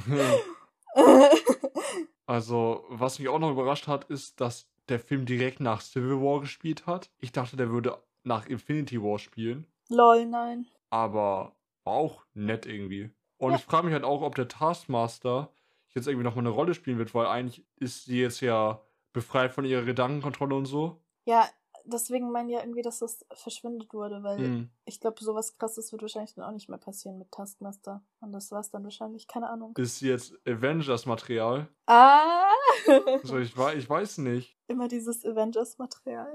[SPEAKER 1] also, was mich auch noch überrascht hat, ist, dass der Film direkt nach Civil War gespielt hat. Ich dachte, der würde nach Infinity War spielen.
[SPEAKER 2] Lol, nein.
[SPEAKER 1] Aber war auch nett irgendwie. Und
[SPEAKER 2] Ja.
[SPEAKER 1] ich frage mich halt auch, ob der Taskmaster jetzt irgendwie nochmal eine Rolle spielen wird, weil eigentlich ist sie jetzt ja befreit von ihrer Gedankenkontrolle und so.
[SPEAKER 2] Ja, deswegen meine ich ja irgendwie, dass das verschwindet wurde, weil
[SPEAKER 1] Hm.
[SPEAKER 2] ich glaube, sowas krasses wird wahrscheinlich dann auch nicht mehr passieren mit Taskmaster. Und das war's dann wahrscheinlich, keine Ahnung.
[SPEAKER 1] Ist sie jetzt Avengers-Material?
[SPEAKER 2] Ah!
[SPEAKER 1] Also ich weiß nicht.
[SPEAKER 2] Immer dieses Avengers-Material.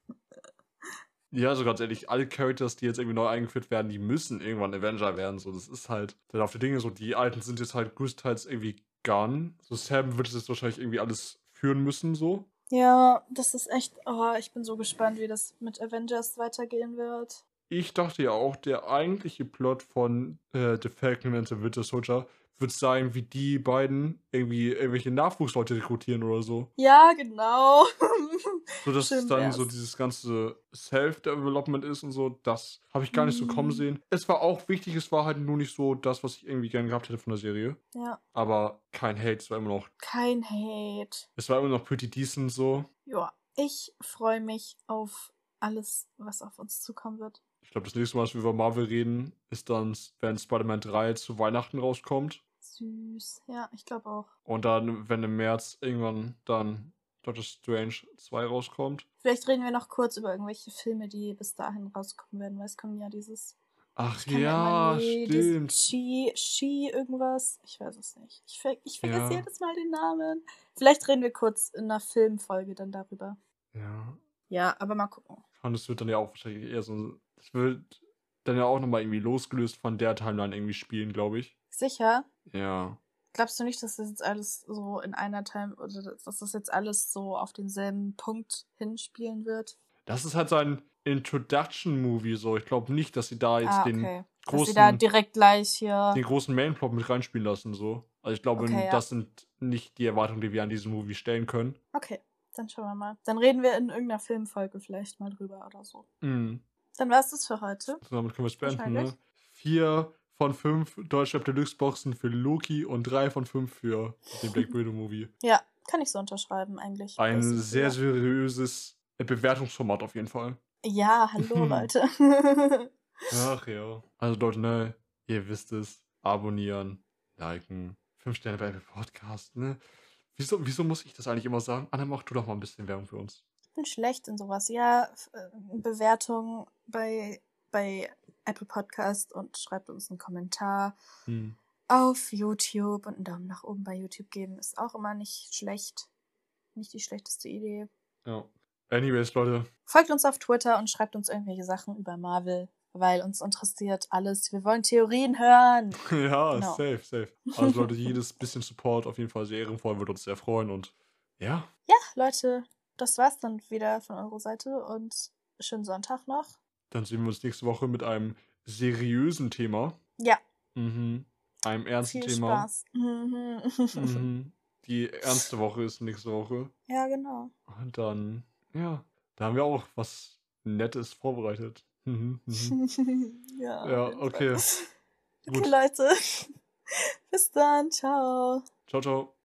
[SPEAKER 1] Ja, also ganz ehrlich, alle Characters, die jetzt irgendwie neu eingeführt werden, die müssen irgendwann Avenger werden. So, das ist halt der auf die Dinge so. Die alten sind jetzt halt größtenteils irgendwie gone. So, Sam wird es jetzt wahrscheinlich irgendwie alles führen müssen, so.
[SPEAKER 2] Ja, das ist echt. Oh, ich bin so gespannt, wie das mit Avengers weitergehen wird.
[SPEAKER 1] Ich dachte ja auch, der eigentliche Plot von The Falcon and the Winter Soldier wird sein, wie die beiden irgendwie irgendwelche Nachwuchsleute rekrutieren oder so.
[SPEAKER 2] Ja, genau.
[SPEAKER 1] So, dass es
[SPEAKER 2] Schön
[SPEAKER 1] dann
[SPEAKER 2] wär's.
[SPEAKER 1] so dieses ganze Self-Development ist und so, das habe ich gar nicht so kommen sehen. Es war auch wichtig, es war halt nur nicht so das, was ich irgendwie gern gehabt hätte von der Serie.
[SPEAKER 2] Ja,
[SPEAKER 1] Aber kein Hate, es war immer noch,
[SPEAKER 2] kein Hate.
[SPEAKER 1] es war immer noch pretty decent so.
[SPEAKER 2] Ja, ich freue mich auf alles, was auf uns zukommen wird.
[SPEAKER 1] Ich glaube, das nächste Mal, dass wir über Marvel reden, ist dann, wenn Spider-Man 3 zu Weihnachten rauskommt.
[SPEAKER 2] Süß. Ja, ich glaube auch.
[SPEAKER 1] Und dann, wenn im März irgendwann dann Doctor Strange 2 rauskommt.
[SPEAKER 2] Vielleicht reden wir noch kurz über irgendwelche Filme, die bis dahin rauskommen werden, weil es kommen ja dieses.
[SPEAKER 1] Ach
[SPEAKER 2] Ich kann
[SPEAKER 1] ja,
[SPEAKER 2] immer nie
[SPEAKER 1] stimmt.
[SPEAKER 2] She irgendwas. Ich weiß es nicht. Ich vergesse
[SPEAKER 1] Ja.
[SPEAKER 2] jedes Mal den Namen. Vielleicht reden wir kurz in einer Filmfolge dann darüber.
[SPEAKER 1] Ja.
[SPEAKER 2] Ja, aber mal gucken.
[SPEAKER 1] Und es wird dann ja auch wahrscheinlich eher so. Es wird dann ja auch nochmal irgendwie losgelöst von der Timeline irgendwie spielen, glaube ich.
[SPEAKER 2] Sicher?
[SPEAKER 1] Ja.
[SPEAKER 2] Glaubst du nicht, dass das jetzt alles so in einer Time oder dass das jetzt alles so auf denselben Punkt hinspielen wird?
[SPEAKER 1] Das ist halt so ein Introduction-Movie, so. Ich glaube nicht, dass sie da jetzt den
[SPEAKER 2] okay. Dass
[SPEAKER 1] großen,
[SPEAKER 2] sie da direkt gleich hier.
[SPEAKER 1] den großen Mainplot mit reinspielen lassen, so. Also ich glaube,
[SPEAKER 2] Okay, ja.
[SPEAKER 1] das sind nicht die Erwartungen, die wir an diesem Movie stellen können.
[SPEAKER 2] Okay, dann schauen wir mal. Dann reden wir in irgendeiner Filmfolge vielleicht mal drüber oder so.
[SPEAKER 1] Mhm.
[SPEAKER 2] Dann war es das für heute.
[SPEAKER 1] So, damit können wir es beenden,
[SPEAKER 2] Wahrscheinlich.
[SPEAKER 1] ne? 4 von 5 Deutschrap Deluxe Boxen für Loki und 3 von 5 für den Black Widow Movie.
[SPEAKER 2] Ja, kann ich so unterschreiben eigentlich.
[SPEAKER 1] Ein
[SPEAKER 2] Das ist
[SPEAKER 1] sehr
[SPEAKER 2] ja.
[SPEAKER 1] seriöses Bewertungsformat auf jeden Fall.
[SPEAKER 2] Ja, hallo Leute.
[SPEAKER 1] Ach ja. Also Leute, ne, ihr wisst es. Abonnieren, liken, 5 Sterne bei Apple Podcast, ne? Wieso muss ich das eigentlich immer sagen? Anna, mach du doch mal ein bisschen Werbung für uns.
[SPEAKER 2] Ich bin schlecht in sowas. Ja, Bewertung bei Apple Podcast und schreibt uns einen Kommentar. Auf YouTube und einen Daumen nach oben bei YouTube geben ist auch immer nicht schlecht. Nicht die schlechteste Idee.
[SPEAKER 1] Ja. Anyways, Leute.
[SPEAKER 2] Folgt uns auf Twitter und schreibt uns irgendwelche Sachen über Marvel, weil uns interessiert alles. Wir wollen Theorien hören.
[SPEAKER 1] Ja,
[SPEAKER 2] Genau.
[SPEAKER 1] safe. Also Leute, jedes bisschen Support auf jeden Fall sehr ehrenvoll, würde uns sehr freuen und ja.
[SPEAKER 2] Ja, Leute, das war's dann wieder von eurer Seite und schönen Sonntag noch.
[SPEAKER 1] Dann sehen wir uns nächste Woche mit einem seriösen Thema.
[SPEAKER 2] Ja.
[SPEAKER 1] Einem ernsten
[SPEAKER 2] Viel
[SPEAKER 1] Thema.
[SPEAKER 2] Spaß.
[SPEAKER 1] Die ernste Woche ist nächste Woche.
[SPEAKER 2] Ja, genau.
[SPEAKER 1] Und dann, ja, da haben wir auch was Nettes vorbereitet.
[SPEAKER 2] Ja.
[SPEAKER 1] Ja, okay.
[SPEAKER 2] Okay,
[SPEAKER 1] Gut.
[SPEAKER 2] Leute. Bis dann. Ciao.
[SPEAKER 1] Ciao, ciao.